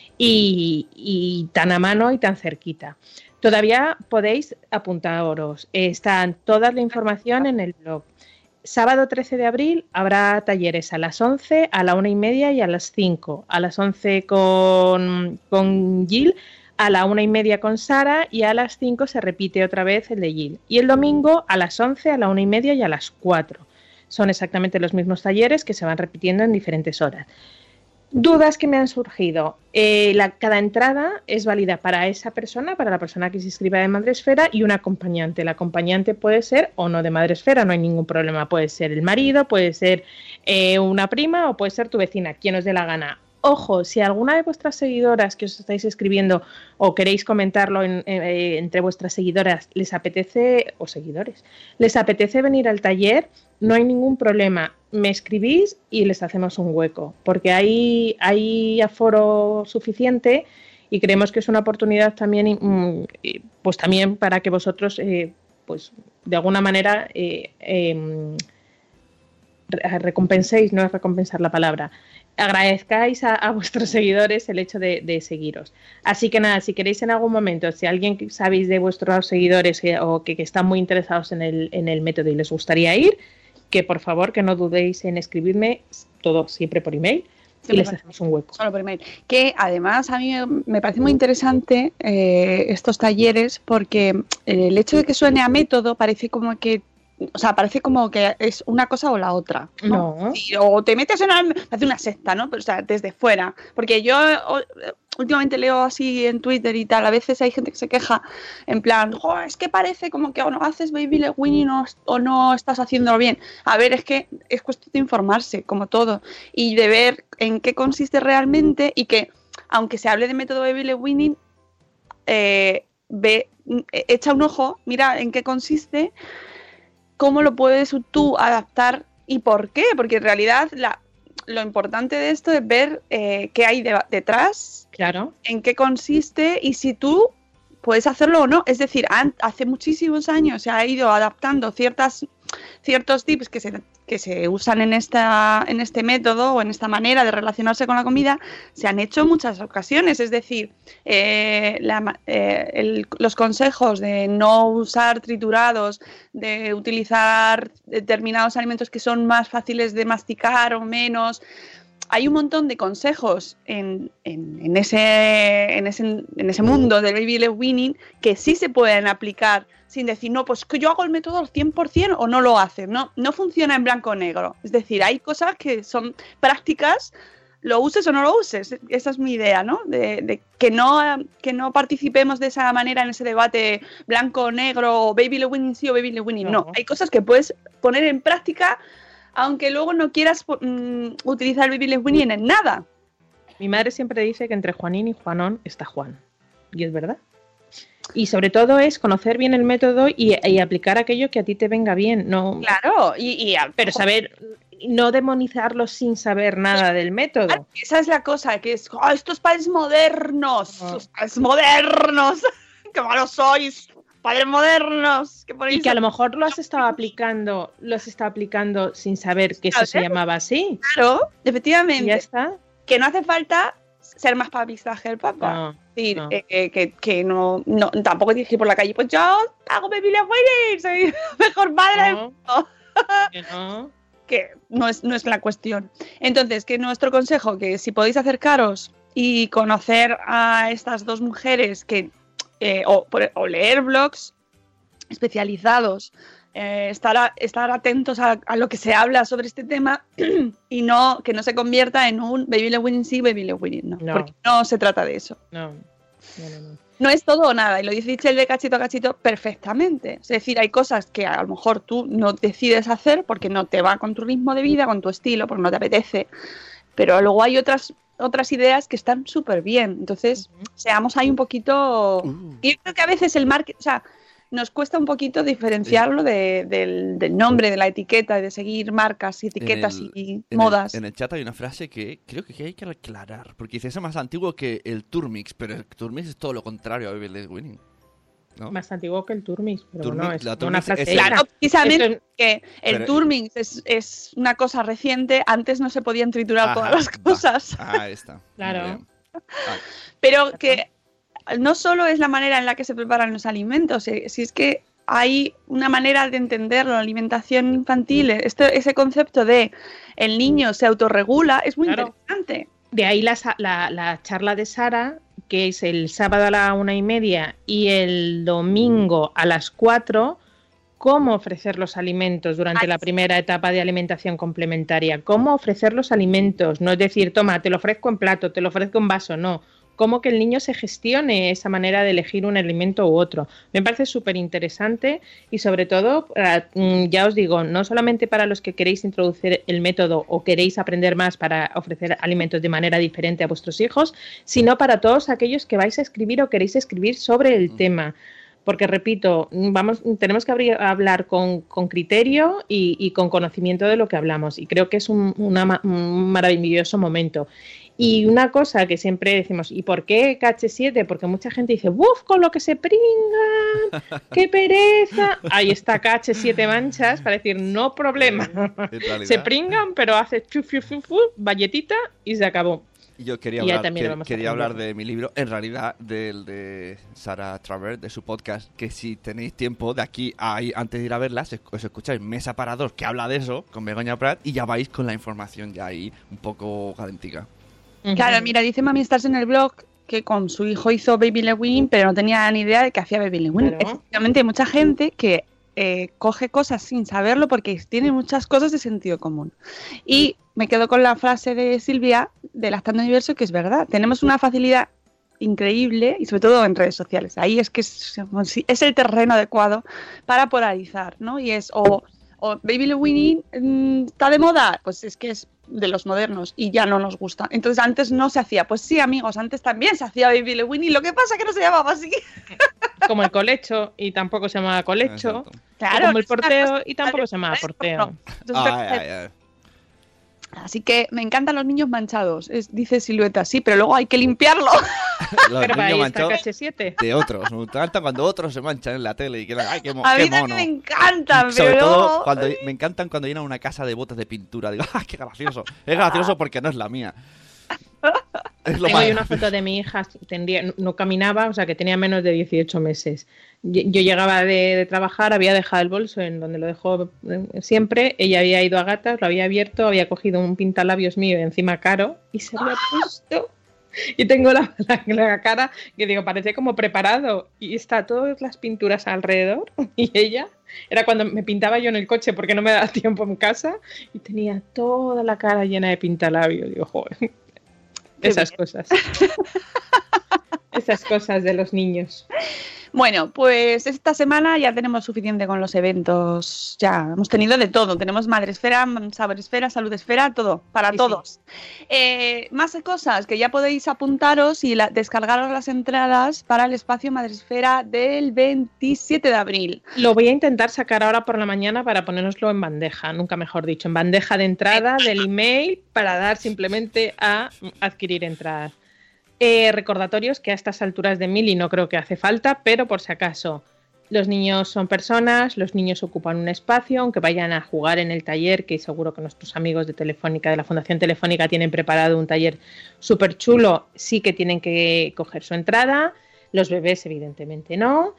Speaker 9: y, y tan a mano y tan cerquita. Todavía podéis apuntaros, está toda la información en el blog. Sábado trece de abril habrá talleres a las once, a la una y media y a las cinco. A las once con, con Gil, a la una y media con Sara y a las cinco se repite otra vez el de Gil. Y el domingo a las once, a la una y media y a las cuatro. Son exactamente los mismos talleres que se van repitiendo en diferentes horas. Dudas que me han surgido. Eh, la, cada entrada es válida para esa persona, para la persona que se inscriba de Madresfera y un acompañante. El acompañante puede ser o no de Madresfera, no hay ningún problema. Puede ser el marido, puede ser eh, una prima o puede ser tu vecina, quien os dé la gana. Ojo, si alguna de vuestras seguidoras que os estáis escribiendo o queréis comentarlo en, eh, entre vuestras seguidoras les apetece, o seguidores, les apetece venir al taller, no hay ningún problema. Me escribís y les hacemos un hueco, porque hay, hay aforo suficiente y creemos que es una oportunidad también, pues también para que vosotros, eh, pues de alguna manera, eh, eh, re- recompenséis, no es recompensar la palabra, agradezcáis a, a vuestros seguidores el hecho de, de seguiros. Así que nada, si queréis en algún momento, si alguien que sabéis de vuestros seguidores eh, o que, que están muy interesados en el, en el método y les gustaría ir, que por favor que no dudéis en escribirme, todo siempre por email, y les hacemos un hueco.
Speaker 8: Solo por email. Que además a mí me parece muy interesante eh, estos talleres, porque el hecho de que suene a método parece como que, o sea, parece como que es una cosa o la otra, ¿no?
Speaker 9: No.
Speaker 8: Sí, o te metes en una, hace una secta, ¿no? Pero, o sea, desde fuera. Porque yo o, últimamente leo así en Twitter y tal, a veces hay gente que se queja en plan, oh, es que parece como que o no haces baby led weaning o, o no estás haciéndolo bien. A ver, es que es cuestión de informarse, como todo, y de ver en qué consiste realmente, y que, aunque se hable de método baby led weaning, eh, ve, echa un ojo, mira en qué consiste, cómo lo puedes tú adaptar y por qué, porque en realidad la, lo importante de esto es ver eh, qué hay de, detrás,
Speaker 9: claro,
Speaker 8: en qué consiste y si tú puedes hacerlo o no. Es decir, an, hace muchísimos años se ha ido adaptando ciertas, ciertos tips que se, que se usan en, esta, en este método o en esta manera de relacionarse con la comida, se han hecho en muchas ocasiones. Es decir, eh, la, eh, el, los consejos de no usar triturados, de utilizar determinados alimentos que son más fáciles de masticar o menos. Hay un montón de consejos en, en, en, ese, en, ese, en ese mundo del baby led weaning que sí se pueden aplicar sin decir, no, pues que yo hago el método al cien por ciento o no lo haces. No, no funciona en blanco o negro. Es decir, hay cosas que son prácticas, lo uses o no lo uses. Esa es mi idea, ¿no? De, de que no que no participemos de esa manera en ese debate blanco o negro, o baby led weaning sí o baby led weaning no. no. Hay cosas que puedes poner en práctica aunque luego no quieras um, utilizar baby led weaning en nada.
Speaker 9: Mi madre siempre dice que entre Juanín y Juanón está Juan. Y es verdad. Y sobre todo es conocer bien el método y, y aplicar aquello que a ti te venga bien. No,
Speaker 8: claro, y, y
Speaker 9: pero saber, no demonizarlo sin saber nada del método.
Speaker 8: Esa es la cosa, que es, oh, estos padres modernos, oh. estos padres modernos, qué malos sois. Padres modernos. Que
Speaker 9: y que a lo mejor lo has estado aplicando, lo has estado aplicando sin saber que eso se llamaba así.
Speaker 8: Claro, efectivamente.
Speaker 9: Y ya está.
Speaker 8: Que no hace falta ser más papista que el papa.
Speaker 9: No,
Speaker 8: es decir,
Speaker 9: no.
Speaker 8: Eh, que, que no, no, tampoco tienes que ir por la calle, pues yo hago baby led weaning, soy la mejor madre del mundo.
Speaker 9: Que no.
Speaker 8: Que no es, no es la cuestión. Entonces, que nuestro consejo, que si podéis acercaros y conocer a estas dos mujeres que Eh, o, o leer blogs especializados, eh, estar, a, estar atentos a, a lo que se habla sobre este tema y no que no se convierta en un baby led weaning sí, baby led weaning no,
Speaker 9: no,
Speaker 8: porque no se trata de eso.
Speaker 9: No, no, no, no.
Speaker 8: No es todo o nada, y lo dice Itzel de cachito a cachito perfectamente. Es decir, hay cosas que a lo mejor tú no decides hacer porque no te va con tu ritmo de vida, con tu estilo, porque no te apetece, pero luego hay otras otras ideas que están súper bien. Entonces, uh-huh. seamos ahí un poquito... Uh. Y yo creo que a veces el marketing... O sea, nos cuesta un poquito diferenciarlo de, del, del nombre, de la etiqueta, de seguir marcas y etiquetas
Speaker 10: el,
Speaker 8: y
Speaker 10: en
Speaker 8: modas.
Speaker 10: El, en el chat hay una frase que creo que hay que aclarar, porque dice, es más antiguo que el Turmix, pero el Turmix es todo lo contrario a baby led weaning, ¿no?
Speaker 9: Más antiguo que el Turmix, pero
Speaker 10: Turmix,
Speaker 9: no, es
Speaker 10: la
Speaker 9: una frase.
Speaker 10: es el...
Speaker 8: Claro, precisamente es... que el
Speaker 10: pero...
Speaker 8: Turmix es, es una cosa reciente, antes no se podían triturar
Speaker 10: Ajá,
Speaker 8: todas las cosas.
Speaker 10: Va. Ahí está.
Speaker 9: Claro.
Speaker 10: Ah.
Speaker 8: Pero que no solo es la manera en la que se preparan los alimentos, si es que hay una manera de entenderlo, la alimentación infantil, este, ese concepto de el niño se autorregula, es muy claro. interesante.
Speaker 9: De ahí la, la, la charla de Sara, que es el sábado a la una y media y el domingo a las cuatro, cómo ofrecer los alimentos durante Ay, la primera etapa de alimentación complementaria, cómo ofrecer los alimentos, no es decir, toma, te lo ofrezco en plato, te lo ofrezco en vaso, no. Cómo que el niño se gestione esa manera de elegir un alimento u otro. Me parece súper interesante y sobre todo, ya os digo, no solamente para los que queréis introducir el método o queréis aprender más para ofrecer alimentos de manera diferente a vuestros hijos, sino para todos aquellos que vais a escribir o queréis escribir sobre el tema. porque repito, vamos, tenemos que abrir, hablar con, con criterio y, y con conocimiento de lo que hablamos, y creo que es un, una, un maravilloso momento. Y una cosa que siempre decimos, ¿y por qué K H siete? Porque mucha gente dice, ¡buf! Con lo que se pringan, ¡qué pereza! Ahí está K H siete manchas para decir, no problema. Se pringan, pero hace chuf, chuf, chuf, chuf, valletita y se acabó.
Speaker 10: Yo quería
Speaker 9: Y ya
Speaker 10: hablar,
Speaker 9: también
Speaker 10: que-
Speaker 9: lo vamos a
Speaker 10: quería
Speaker 9: aprender.
Speaker 10: hablar de mi libro, en realidad del de Sarah Travers, de su podcast, que si tenéis tiempo de aquí a ahí, antes de ir a verlas, es- os escucháis Mesa para Dos, que habla de eso, con Begoña Prat, y ya vais con la información ya ahí un poco calentica.
Speaker 8: Claro, mira, dice Mami Stars en el blog que con su hijo hizo Baby Lewin, pero no tenía ni idea de que hacía Baby Lewin.
Speaker 9: Claro.
Speaker 8: Efectivamente, hay mucha gente que eh, coge cosas sin saberlo porque tiene muchas cosas de sentido común. Y me quedo con la frase de Silvia de Lactando Universo, que es verdad. Tenemos una facilidad increíble y sobre todo en redes sociales. Ahí es que es, es el terreno adecuado para polarizar, ¿no? Y es o, o Baby Lewin mm, está de moda, pues es que es de los modernos y ya no nos gusta. Entonces antes no se hacía. Pues sí, amigos, antes también se hacía Baby Lewin, lo que pasa es que no se llamaba así.
Speaker 9: Como el colecho, y tampoco se llamaba colecho.
Speaker 10: Exacto.
Speaker 8: Claro,
Speaker 9: O como el
Speaker 8: es una
Speaker 9: porteo,
Speaker 8: cosa-
Speaker 9: y tampoco se llamaba porteo.
Speaker 8: Entonces,
Speaker 10: Ay, ay, ay.
Speaker 8: Así que me encantan los niños manchados, es- dice Silueta, sí, pero luego hay que limpiarlo.
Speaker 10: Los
Speaker 9: Pero para ahí
Speaker 10: niños
Speaker 9: está
Speaker 10: manchados
Speaker 9: K H siete.
Speaker 10: de otros. Me encanta cuando otros se manchan en la tele y que ay, qué, mo-
Speaker 8: A
Speaker 10: qué
Speaker 8: mí también
Speaker 10: mono.
Speaker 8: me encantan,
Speaker 10: Sobre
Speaker 8: pero
Speaker 10: todo
Speaker 8: luego-
Speaker 10: cuando me encantan cuando llenan una casa de botes de pintura. Digo, ¡ah, qué gracioso! Es gracioso porque no es la mía. Es lo
Speaker 9: Tengo ahí
Speaker 10: más.
Speaker 9: una foto de mi hija, tendría, no- no caminaba, o sea que tenía menos de dieciocho meses. Yo, yo llegaba de, de trabajar, había dejado el bolso en donde lo dejó eh, siempre, ella había ido a gatas, lo había abierto, había cogido un pintalabios mío encima caro y se había puesto. Y tengo la, la, la cara que digo, parece como preparado y está todas las pinturas alrededor y ella era cuando me pintaba yo en el coche porque no me daba tiempo en casa y tenía toda la cara llena de pintalabios. Digo, joder, esas cosas. Esas cosas de los niños.
Speaker 8: Bueno, pues esta semana ya tenemos suficiente con los eventos. Ya hemos tenido de todo. Tenemos Madresfera, Saberesfera, Saludesfera, todo, para
Speaker 9: Sí,
Speaker 8: todos. Eh, más cosas que ya podéis apuntaros y la- descargaros las entradas para el espacio Madresfera del veintisiete de abril.
Speaker 9: Lo voy a intentar sacar ahora por la mañana para ponérnoslo en bandeja, nunca mejor dicho, en bandeja de entrada del email para dar simplemente a adquirir entradas. Eh, recordatorios que a estas alturas de mil y no creo que hace falta, pero por si acaso, los niños son personas, los niños ocupan un espacio, aunque vayan a jugar en el taller, que seguro que nuestros amigos de Telefónica, de la Fundación Telefónica, tienen preparado un taller súper chulo, sí que tienen que coger su entrada, los bebés evidentemente no.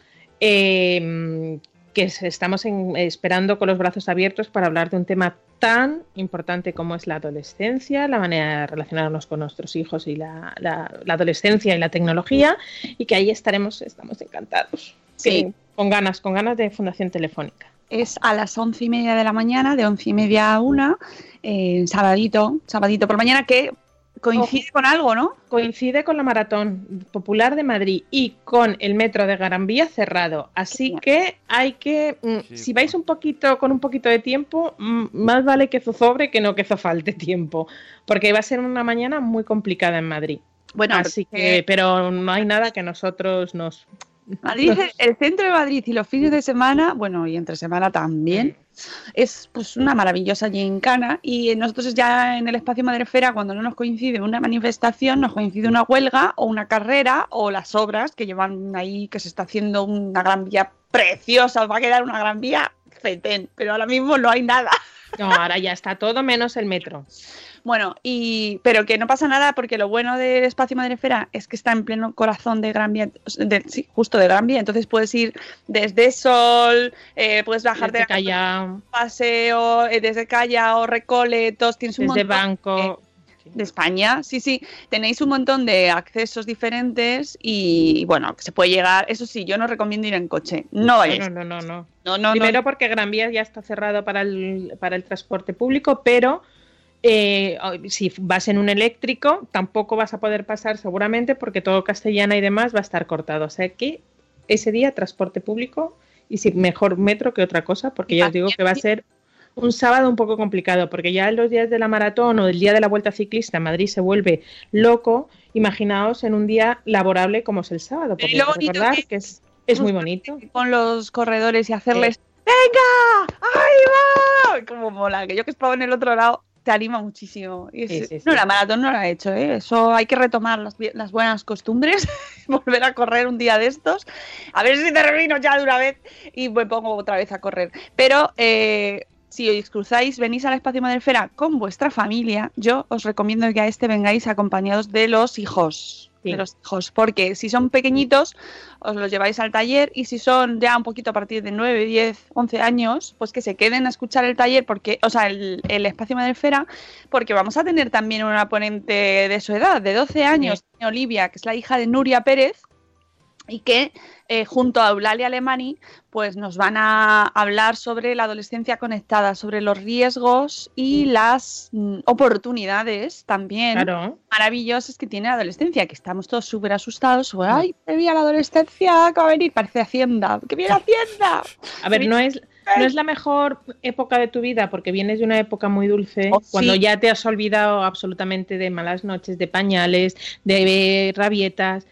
Speaker 9: Eh, que estamos en, esperando con los brazos abiertos para hablar de un tema tan importante como es la adolescencia, la manera de relacionarnos con nuestros hijos y la, la, la adolescencia y la tecnología, y que ahí estaremos, estamos encantados.
Speaker 8: Sí.
Speaker 9: Que, con ganas, con ganas de Fundación Telefónica.
Speaker 8: Es a las once y media de la mañana, de once y media a una, eh, sabadito, sabadito por mañana, que coincide
Speaker 9: Ojo.
Speaker 8: con algo, ¿no?
Speaker 9: Coincide con la Maratón Popular de Madrid y con el metro de Gran Vía cerrado. Así que hay que, mm,
Speaker 10: Sí,
Speaker 9: si vais un poquito con un poquito de tiempo, mm, más vale que zozobre que no que zofalte tiempo, porque va a ser una mañana muy complicada en Madrid.
Speaker 8: Bueno,
Speaker 9: Así
Speaker 8: porque-
Speaker 9: que, pero no hay nada que nosotros nos...
Speaker 8: Madrid, el centro de Madrid y los fines de semana, bueno, y entre semana también, es pues una maravillosa gincana. Y nosotros ya en el espacio Madrefera, cuando no nos coincide una manifestación, nos coincide una huelga o una carrera o las obras que llevan ahí, que se está haciendo una gran vía preciosa, os va a quedar una gran vía fetén, pero ahora mismo no hay nada.
Speaker 9: No, ahora ya está todo menos el metro.
Speaker 8: Bueno, y pero que no pasa nada porque lo bueno del espacio Madrefera es que está en pleno corazón de Gran Vía, de, sí, justo de Gran Vía, entonces puedes ir desde Sol, eh, puedes bajar
Speaker 9: Desde
Speaker 8: de
Speaker 9: Callao,
Speaker 8: Paseo, eh, desde Callao, Recoletos, tienes un
Speaker 9: desde
Speaker 8: montón
Speaker 9: Banco...
Speaker 8: de España, sí, sí, tenéis un montón de accesos diferentes y bueno, que se puede llegar, eso sí, yo no recomiendo ir en coche, no vayáis.
Speaker 9: No, no, no, no.
Speaker 8: No, no,
Speaker 9: Primero
Speaker 8: no.
Speaker 9: porque Gran Vía ya está cerrado para el, para el transporte público, pero eh, si vas en un eléctrico tampoco vas a poder pasar seguramente porque todo Castellana y demás va a estar cortado. O sea que ese día transporte público y si mejor metro que otra cosa, porque ya os digo que va a ser un sábado un poco complicado, porque ya en los días de la maratón o el día de la vuelta ciclista en Madrid se vuelve loco. Imaginaos en un día laborable como es el sábado, porque
Speaker 8: Y lo
Speaker 9: hay que
Speaker 8: bonito
Speaker 9: recordar
Speaker 8: que-
Speaker 9: que es... Es muy bonito.
Speaker 8: Con los corredores y hacerles, ¡venga! ¡Ahí va! Como mola, que yo que estaba en el otro lado, te anima muchísimo. Y es,
Speaker 9: Sí, sí,
Speaker 8: no,
Speaker 9: sí.
Speaker 8: la maratón no la he hecho, ¿eh? Eso hay que retomar las, vi- las buenas costumbres, volver a correr un día de estos, a ver si termino ya de una vez y me pongo otra vez a correr. Pero eh, si os cruzáis, venís al Espacio Madrefera con vuestra familia, yo os recomiendo que a este vengáis acompañados de los hijos.
Speaker 9: Sí.
Speaker 8: De los hijos, porque si son pequeñitos, os los lleváis al taller, y si son ya un poquito a partir de nueve, diez, once años, pues que se queden a escuchar el taller, porque, o sea, el, el Espacio Madrefera, porque vamos a tener también una ponente de su edad, de doce años, Olivia, que es la hija de Nuria Pérez, y que eh, junto a Eulalia Alemani pues nos van a hablar sobre la adolescencia conectada, sobre los riesgos y las mm, oportunidades también
Speaker 9: Claro.
Speaker 8: maravillosas que tiene la adolescencia, que estamos todos súper asustados. ¡Ay, que viene la adolescencia! ¿Qué va a venir? Parece Hacienda. ¡Que viene Hacienda!
Speaker 9: A ver, no es, no es la mejor época de tu vida porque vienes de una época muy dulce,
Speaker 8: Oh, sí.
Speaker 9: cuando ya te has olvidado absolutamente de malas noches, de pañales, de rabietas,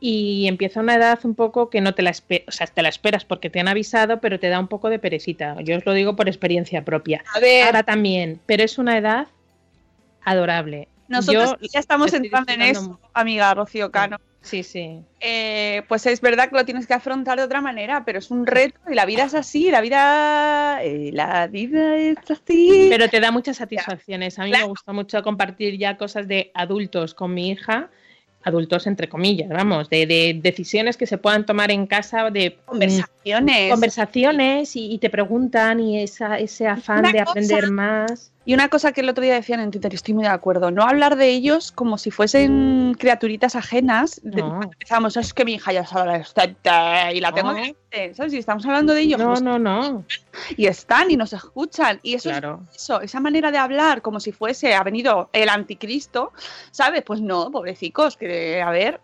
Speaker 9: y empieza una edad un poco que no te la esperas, o sea, te la esperas porque te han avisado, pero te da un poco de perecita. Yo os lo digo por experiencia propia.
Speaker 8: A ver.
Speaker 9: Ahora también, pero es una edad adorable.
Speaker 8: Nosotros
Speaker 9: Yo
Speaker 8: ya estamos
Speaker 9: estoy
Speaker 8: entrando en
Speaker 9: disfrutando
Speaker 8: eso, amiga Rocío Cano.
Speaker 9: Sí, sí.
Speaker 8: Eh, pues es verdad que lo tienes que afrontar de otra manera, pero es un reto y la vida es así, la vida, eh, la vida es así.
Speaker 9: Pero te da muchas satisfacciones. A mí me gusta mucho compartir ya cosas de adultos con mi hija, adultos entre comillas, vamos, de, de decisiones que se puedan tomar en casa, de
Speaker 8: conversaciones,
Speaker 9: conversaciones y, y te preguntan y esa, ese afán
Speaker 8: Una
Speaker 9: de
Speaker 8: cosa-
Speaker 9: aprender más.
Speaker 8: Y una cosa que el otro día decían en Twitter, y estoy muy de acuerdo, no hablar de ellos como si fuesen criaturitas ajenas. De-
Speaker 9: No.
Speaker 8: cuando empezamos, es que mi hija ya es adolescente y la tengo
Speaker 9: No.
Speaker 8: delante", ¿sabes? Y estamos hablando de ellos.
Speaker 9: No,
Speaker 8: pues,
Speaker 9: no, no.
Speaker 8: y están y nos escuchan. Y eso
Speaker 9: Claro.
Speaker 8: es eso, esa manera de hablar como si fuese, ha venido el anticristo, ¿sabes? Pues no, pobrecicos, que a ver,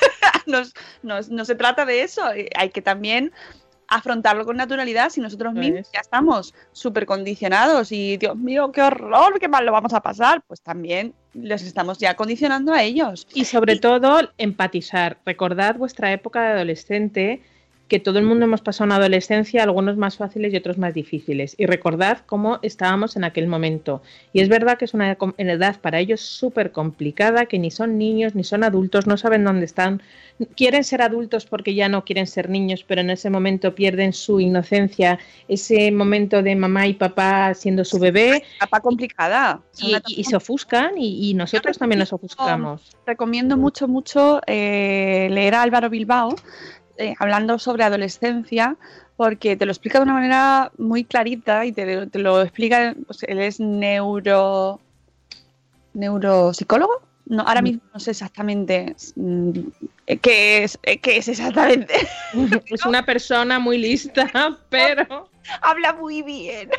Speaker 8: nos- nos- no se trata de eso. eh, Hay que también afrontarlo con naturalidad. Si nosotros
Speaker 9: Eso
Speaker 8: mismos
Speaker 9: es.
Speaker 8: ya estamos súper condicionados y Dios mío, qué horror, qué mal lo vamos a pasar, pues también les estamos ya condicionando a ellos.
Speaker 9: Y sobre todo, empatizar. Recordad vuestra época de adolescente, que todo el mundo hemos pasado una adolescencia, algunos más fáciles y otros más difíciles. Y recordad cómo estábamos en aquel momento. Y es verdad que es una com- edad para ellos súper complicada, que ni son niños, ni son adultos, no saben dónde están. Quieren ser adultos porque ya no quieren ser niños, pero en ese momento pierden su inocencia, ese momento de mamá y papá siendo su bebé.
Speaker 8: Etapa complicada.
Speaker 9: Y, y- y se ofuscan y, y nosotros también nos ofuscamos.
Speaker 8: Recomiendo mucho, mucho eh, leer a Álvaro Bilbao, eh, hablando sobre adolescencia, porque te lo explica de una manera muy clarita y te, te lo explica, pues, él es neuro neuropsicólogo. No, ahora mismo no sé exactamente mm, qué es, eh, qué es exactamente.
Speaker 9: Es una persona muy lista, pero...
Speaker 8: Habla muy bien.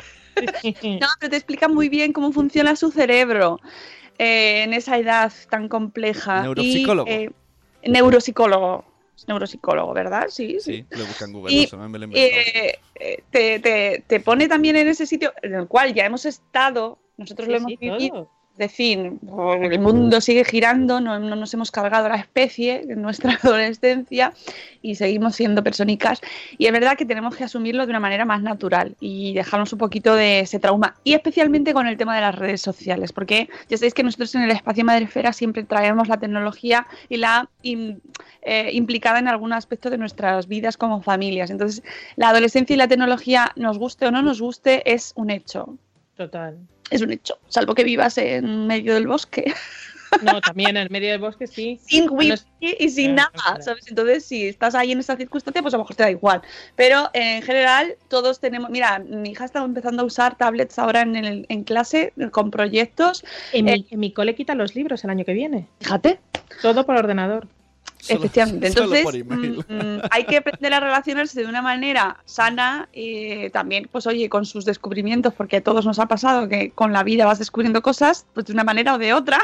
Speaker 8: No, pero te explica muy bien cómo funciona su cerebro eh, en esa edad tan compleja.
Speaker 10: Neuropsicólogo.
Speaker 8: Y, eh, neuropsicólogo. Es neuropsicólogo, ¿verdad? Sí, sí.
Speaker 10: Sí, lo busca en Google,
Speaker 8: Y,
Speaker 10: no sé, me lo he inventado.
Speaker 8: eh, eh, te, te, te pone también en ese sitio en el cual ya hemos estado, nosotros
Speaker 9: Sí,
Speaker 8: lo hemos
Speaker 9: sí,
Speaker 8: vivido.
Speaker 9: todo.
Speaker 8: Es decir, el mundo sigue girando, no, no nos hemos cargado la especie en nuestra adolescencia y seguimos siendo personicas. Y es verdad que tenemos que asumirlo de una manera más natural y dejarnos un poquito de ese trauma. Y especialmente con el tema de las redes sociales, porque ya sabéis que nosotros en el Espacio Madrefera siempre traemos la tecnología y la im- eh, implicada en algún aspecto de nuestras vidas como familias. Entonces, la adolescencia y la tecnología, nos guste o no nos guste, es un hecho.
Speaker 9: Total.
Speaker 8: Es un hecho, salvo que vivas en medio del bosque.
Speaker 9: No, también en el medio del bosque sí.
Speaker 8: Sin
Speaker 9: Bueno,
Speaker 8: wifi y sin
Speaker 9: Claro,
Speaker 8: nada,
Speaker 9: claro.
Speaker 8: ¿sabes? Entonces, si estás ahí en esa circunstancia, pues a lo mejor te da igual. Pero eh, en general, todos tenemos. Mira, mi hija está empezando a usar tablets ahora en, el, en clase con proyectos.
Speaker 9: En,
Speaker 8: Eh,
Speaker 9: mi, en mi cole quitan los libros el año que viene.
Speaker 8: Fíjate.
Speaker 9: Todo por ordenador.
Speaker 10: Solo-
Speaker 8: Efectivamente.
Speaker 10: solo
Speaker 8: Entonces,
Speaker 10: por email.
Speaker 8: mm, mm, hay que aprender a relacionarse de una manera sana y también, pues oye, con sus descubrimientos, porque a todos nos ha pasado que con la vida vas descubriendo cosas, pues de una manera o de otra.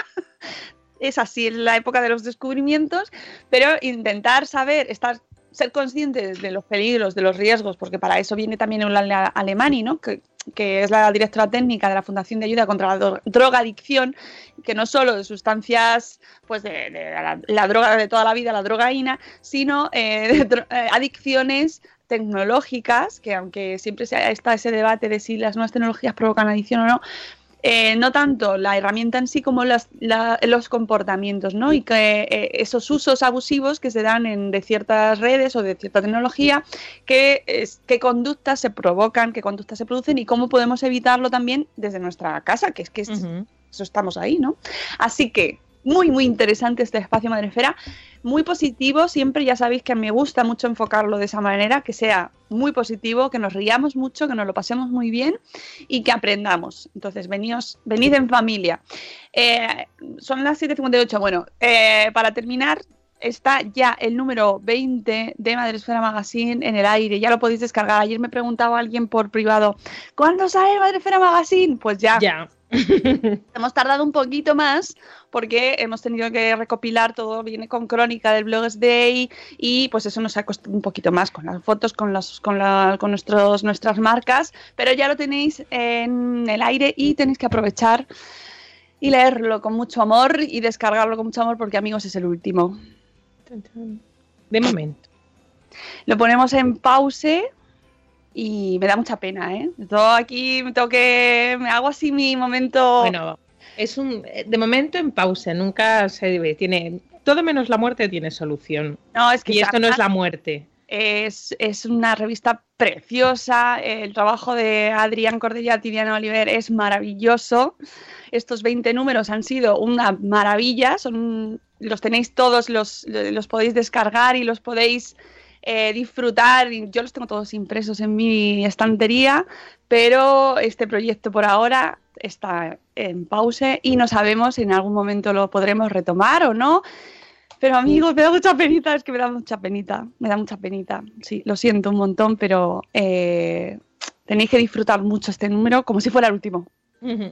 Speaker 8: Es así, es la época de los descubrimientos, pero intentar saber, estar, ser conscientes de los peligros, de los riesgos, porque para eso viene también Eulalia Alemani, ¿no? Que que es la directora técnica de la Fundación de Ayuda contra la Dro- Drogadicción, que no solo de sustancias, pues de, de la, la droga de toda la vida, la drogaína, sino eh, de dro- eh, adicciones tecnológicas, que aunque siempre se- está ese debate de si las nuevas tecnologías provocan adicción o no, Eh, no tanto la herramienta en sí como las, la, los comportamientos, ¿no? Y que eh, esos usos abusivos que se dan en, de ciertas redes o de cierta tecnología, que, es, qué conductas se provocan, qué conductas se producen y cómo podemos evitarlo también desde nuestra casa, que es que es, uh-huh. eso estamos ahí, ¿no? Así que muy, muy interesante este espacio Madresfera, muy positivo, siempre ya sabéis que me gusta mucho enfocarlo de esa manera, que sea muy positivo, que nos riamos mucho, que nos lo pasemos muy bien y que aprendamos. Entonces, veníos, venid en familia. Eh, son las siete cincuenta y ocho, bueno, eh, para terminar, está ya el número veinte de Madresfera Magazine en el aire, ya lo podéis descargar. Ayer me preguntaba alguien por privado, ¿cuándo sale Madresfera Magazine? Pues ya.
Speaker 9: Ya.
Speaker 8: Hemos tardado un poquito más porque hemos tenido que recopilar todo, viene con crónica del Bloggers Day y pues eso nos ha costado un poquito más con las fotos, con, los, con, la, con nuestros, nuestras marcas, pero ya lo tenéis en el aire y tenéis que aprovechar y leerlo con mucho amor y descargarlo con mucho amor porque, amigos, es el último.
Speaker 9: De momento.
Speaker 8: Lo ponemos en pause. Y me da mucha pena, ¿eh? Todo aquí me tengo que... Me hago así mi momento...
Speaker 9: Bueno, es un... De momento en pausa, nunca se debe... Tiene... Todo menos la muerte tiene solución.
Speaker 8: No, es que...
Speaker 9: Y esto no es la muerte.
Speaker 8: Es, es una revista preciosa. El trabajo de Adrián Cordella, Tidiana Oliver es maravilloso. Estos veinte números han sido una maravilla. Son... Los tenéis todos, los, los podéis descargar y los podéis... Eh, disfrutar. Yo los tengo todos impresos en mi estantería, pero este proyecto por ahora está en pausa y no sabemos si en algún momento lo podremos retomar o no. Pero, amigos, me da mucha penita, es que me da mucha penita, me da mucha penita. Sí, lo siento un montón, pero eh, tenéis que disfrutar mucho este número como si fuera el último. Uh-huh.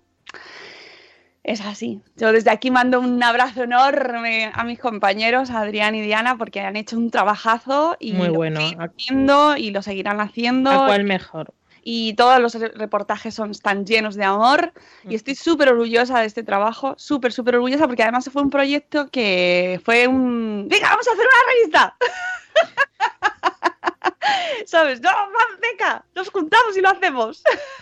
Speaker 8: Es así. Yo desde aquí mando un abrazo enorme a mis compañeros, a Adrián y Diana, porque han hecho un trabajazo y
Speaker 9: muy
Speaker 8: lo
Speaker 9: bueno
Speaker 8: haciendo y lo seguirán haciendo.
Speaker 9: ¿A cuál mejor?
Speaker 8: Y todos los reportajes son, están llenos de amor y estoy súper orgullosa de este trabajo, súper, súper orgullosa, porque además fue un proyecto que fue un... ¡Venga, vamos a hacer una revista! ¿Sabes? No, venga, nos juntamos y lo hacemos.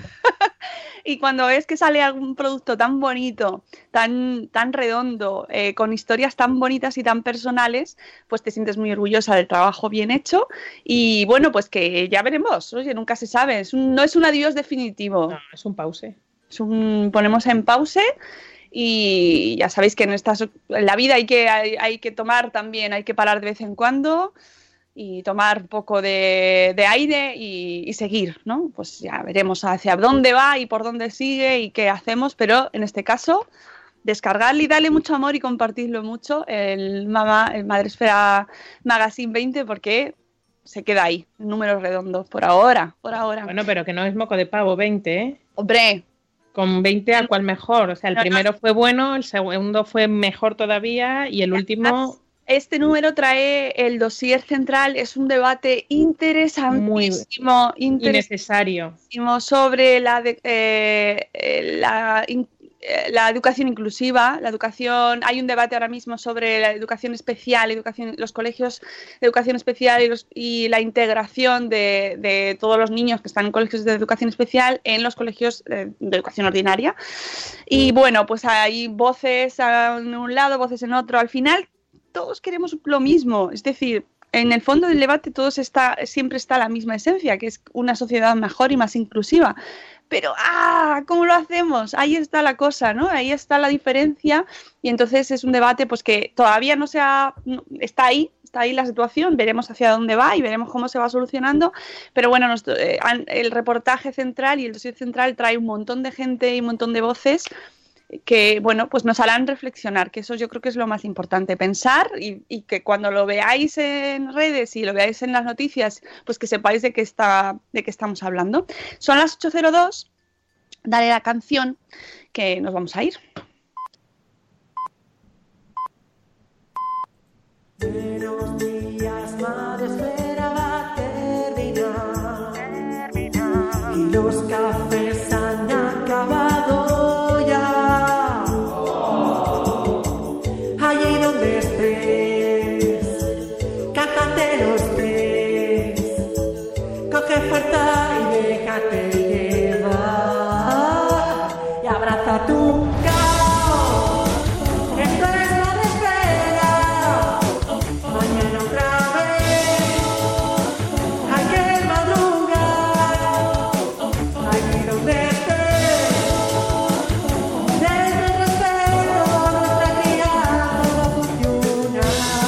Speaker 8: Y cuando ves que sale algún producto tan bonito, tan, tan redondo, eh, con historias tan bonitas y tan personales, pues te sientes muy orgullosa del trabajo bien hecho. Y bueno, pues que ya veremos. Oye, nunca se sabe. Es un, no es un adiós definitivo.
Speaker 9: No, es un pause.
Speaker 8: Es un, ponemos en pause. Y ya sabéis que en, estas, en la vida hay que, hay, hay que tomar también, hay que parar de vez en cuando y tomar un poco de, de aire y, y seguir, ¿no? Pues ya veremos hacia dónde va y por dónde sigue y qué hacemos, pero en este caso, descargarle y darle mucho amor y compartirlo mucho, el, Mama, el Madresfera Magazine veinte, porque se queda ahí, números redondos, por ahora, por ahora.
Speaker 9: Bueno, pero que no es moco de pavo, veinte, ¿eh?
Speaker 8: ¡Hombre!
Speaker 9: Con veinte, ¿a cuál mejor? O sea, el
Speaker 8: no,
Speaker 9: primero
Speaker 8: no.
Speaker 9: fue bueno, el segundo fue mejor todavía y el último...
Speaker 8: Este número trae el dossier central, es un debate interesantísimo,
Speaker 9: muy innecesario
Speaker 8: sobre la, de, eh, la, in, la educación inclusiva, la educación. Hay un debate ahora mismo sobre la educación especial, educación, los colegios de educación especial y, los, y la integración de, de todos los niños que están en colegios de educación especial en los colegios de, de educación ordinaria. Y bueno, pues hay voces en un lado, voces en otro. Al final todos queremos lo mismo, es decir, en el fondo del debate todos está, siempre está la misma esencia, que es una sociedad mejor y más inclusiva. Pero, ¡ah! ¿Cómo lo hacemos? Ahí está la cosa, ¿no? Ahí está la diferencia y entonces es un debate pues que todavía no se ha... está ahí, está ahí la situación, veremos hacia dónde va y veremos cómo se va solucionando, pero bueno, nos, eh, el reportaje central y el dossier central trae un montón de gente y un montón de voces que, bueno, pues nos harán reflexionar, que eso yo creo que es lo más importante, pensar y, y que cuando lo veáis en redes y lo veáis en las noticias, pues que sepáis de qué está, de qué estamos hablando. Son las ocho cero dos, dale la canción que nos vamos a ir.
Speaker 13: Buenos días, Madresfera va a terminar, terminar. Y los cafés está tu caos. Esto es la espera. Mañana otra vez. Hay que madrugar. Allí donde estés. Desde el respeto, nuestra guía todo funciona.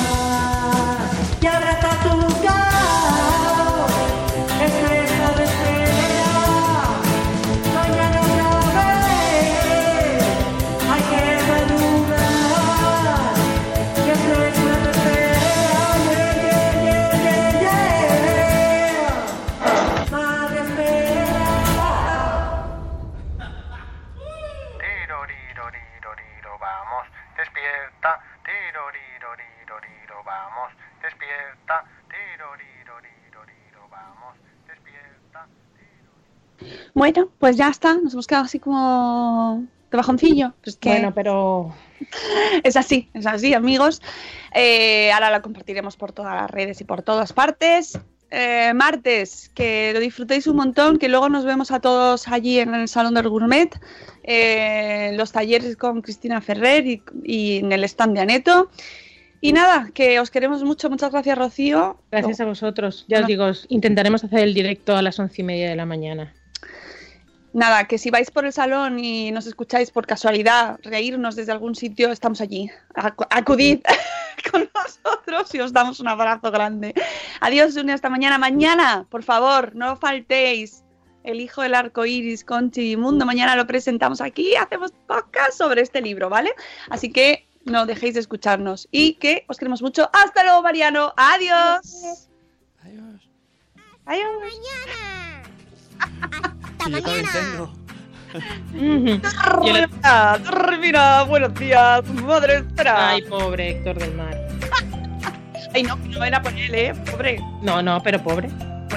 Speaker 13: Y ahora está tu caos. Esto es la espera. Mañana otra vez. Hay que madrugar. Y esto es la espera. Yeah, yeah, yeah, yeah. Madre espera.
Speaker 14: Tiroriroririroriro, vamos, despierta. Tiroriroririroriro, vamos, despierta. Tiroriroririroriro, vamos, despierta.
Speaker 8: Bueno, pues ya está. Nos hemos quedado así como de bajoncillo. Pues que
Speaker 9: Bueno, pero
Speaker 8: es así, es así, amigos. Eh, ahora la compartiremos por todas las redes y por todas partes. Eh, martes, que lo disfrutéis un montón, que luego nos vemos a todos allí en el Salón del Gourmet, eh, los talleres con Cristina Ferrer y, y en el stand de Aneto. Y nada, que os queremos mucho. Muchas gracias, Rocío.
Speaker 9: gracias a vosotros. Ya os digo, os- intentaremos hacer el directo a las once y media de la mañana.
Speaker 8: Nada, que si vais por el salón y nos escucháis por casualidad reírnos desde algún sitio, estamos allí. Acu- acudid con nosotros y os damos un abrazo grande. Adiós, Juni, hasta mañana. Mañana, por favor, no faltéis. El hijo del arco iris con Chivimundo. Mañana lo presentamos aquí y hacemos podcast sobre este libro, ¿vale? Así que no dejéis de escucharnos y que os queremos mucho. Hasta luego, Mariano. Adiós.
Speaker 10: Adiós.
Speaker 8: Adiós.
Speaker 10: Que yo también tengo.
Speaker 8: Termina, termina. Buenos días, madre espera.
Speaker 9: Ay, pobre Héctor del Mar.
Speaker 8: Ay, no, no era por él, ¿eh? Pobre.
Speaker 9: No, no, pero pobre.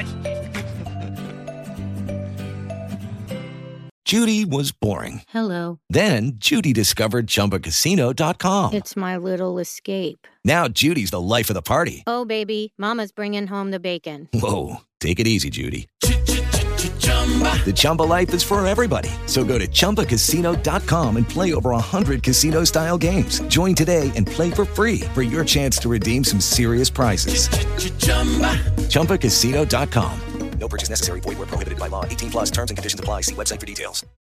Speaker 15: Judy was boring.
Speaker 3: Hello.
Speaker 15: Then Judy discovered Chumba Casino dot com.
Speaker 3: It's my little escape.
Speaker 15: Now Judy's the life of the party.
Speaker 3: Oh, baby, mama's bringing home the bacon.
Speaker 15: Whoa, take it easy, Judy. The Chumba life is for everybody. So go to Chumba Casino dot com and play over one hundred casino-style games. Join today and play for free for your chance to redeem some serious prizes. Chumba Casino dot com. No purchase necessary. Void where prohibited by law. eighteen plus terms and conditions apply. See website for details.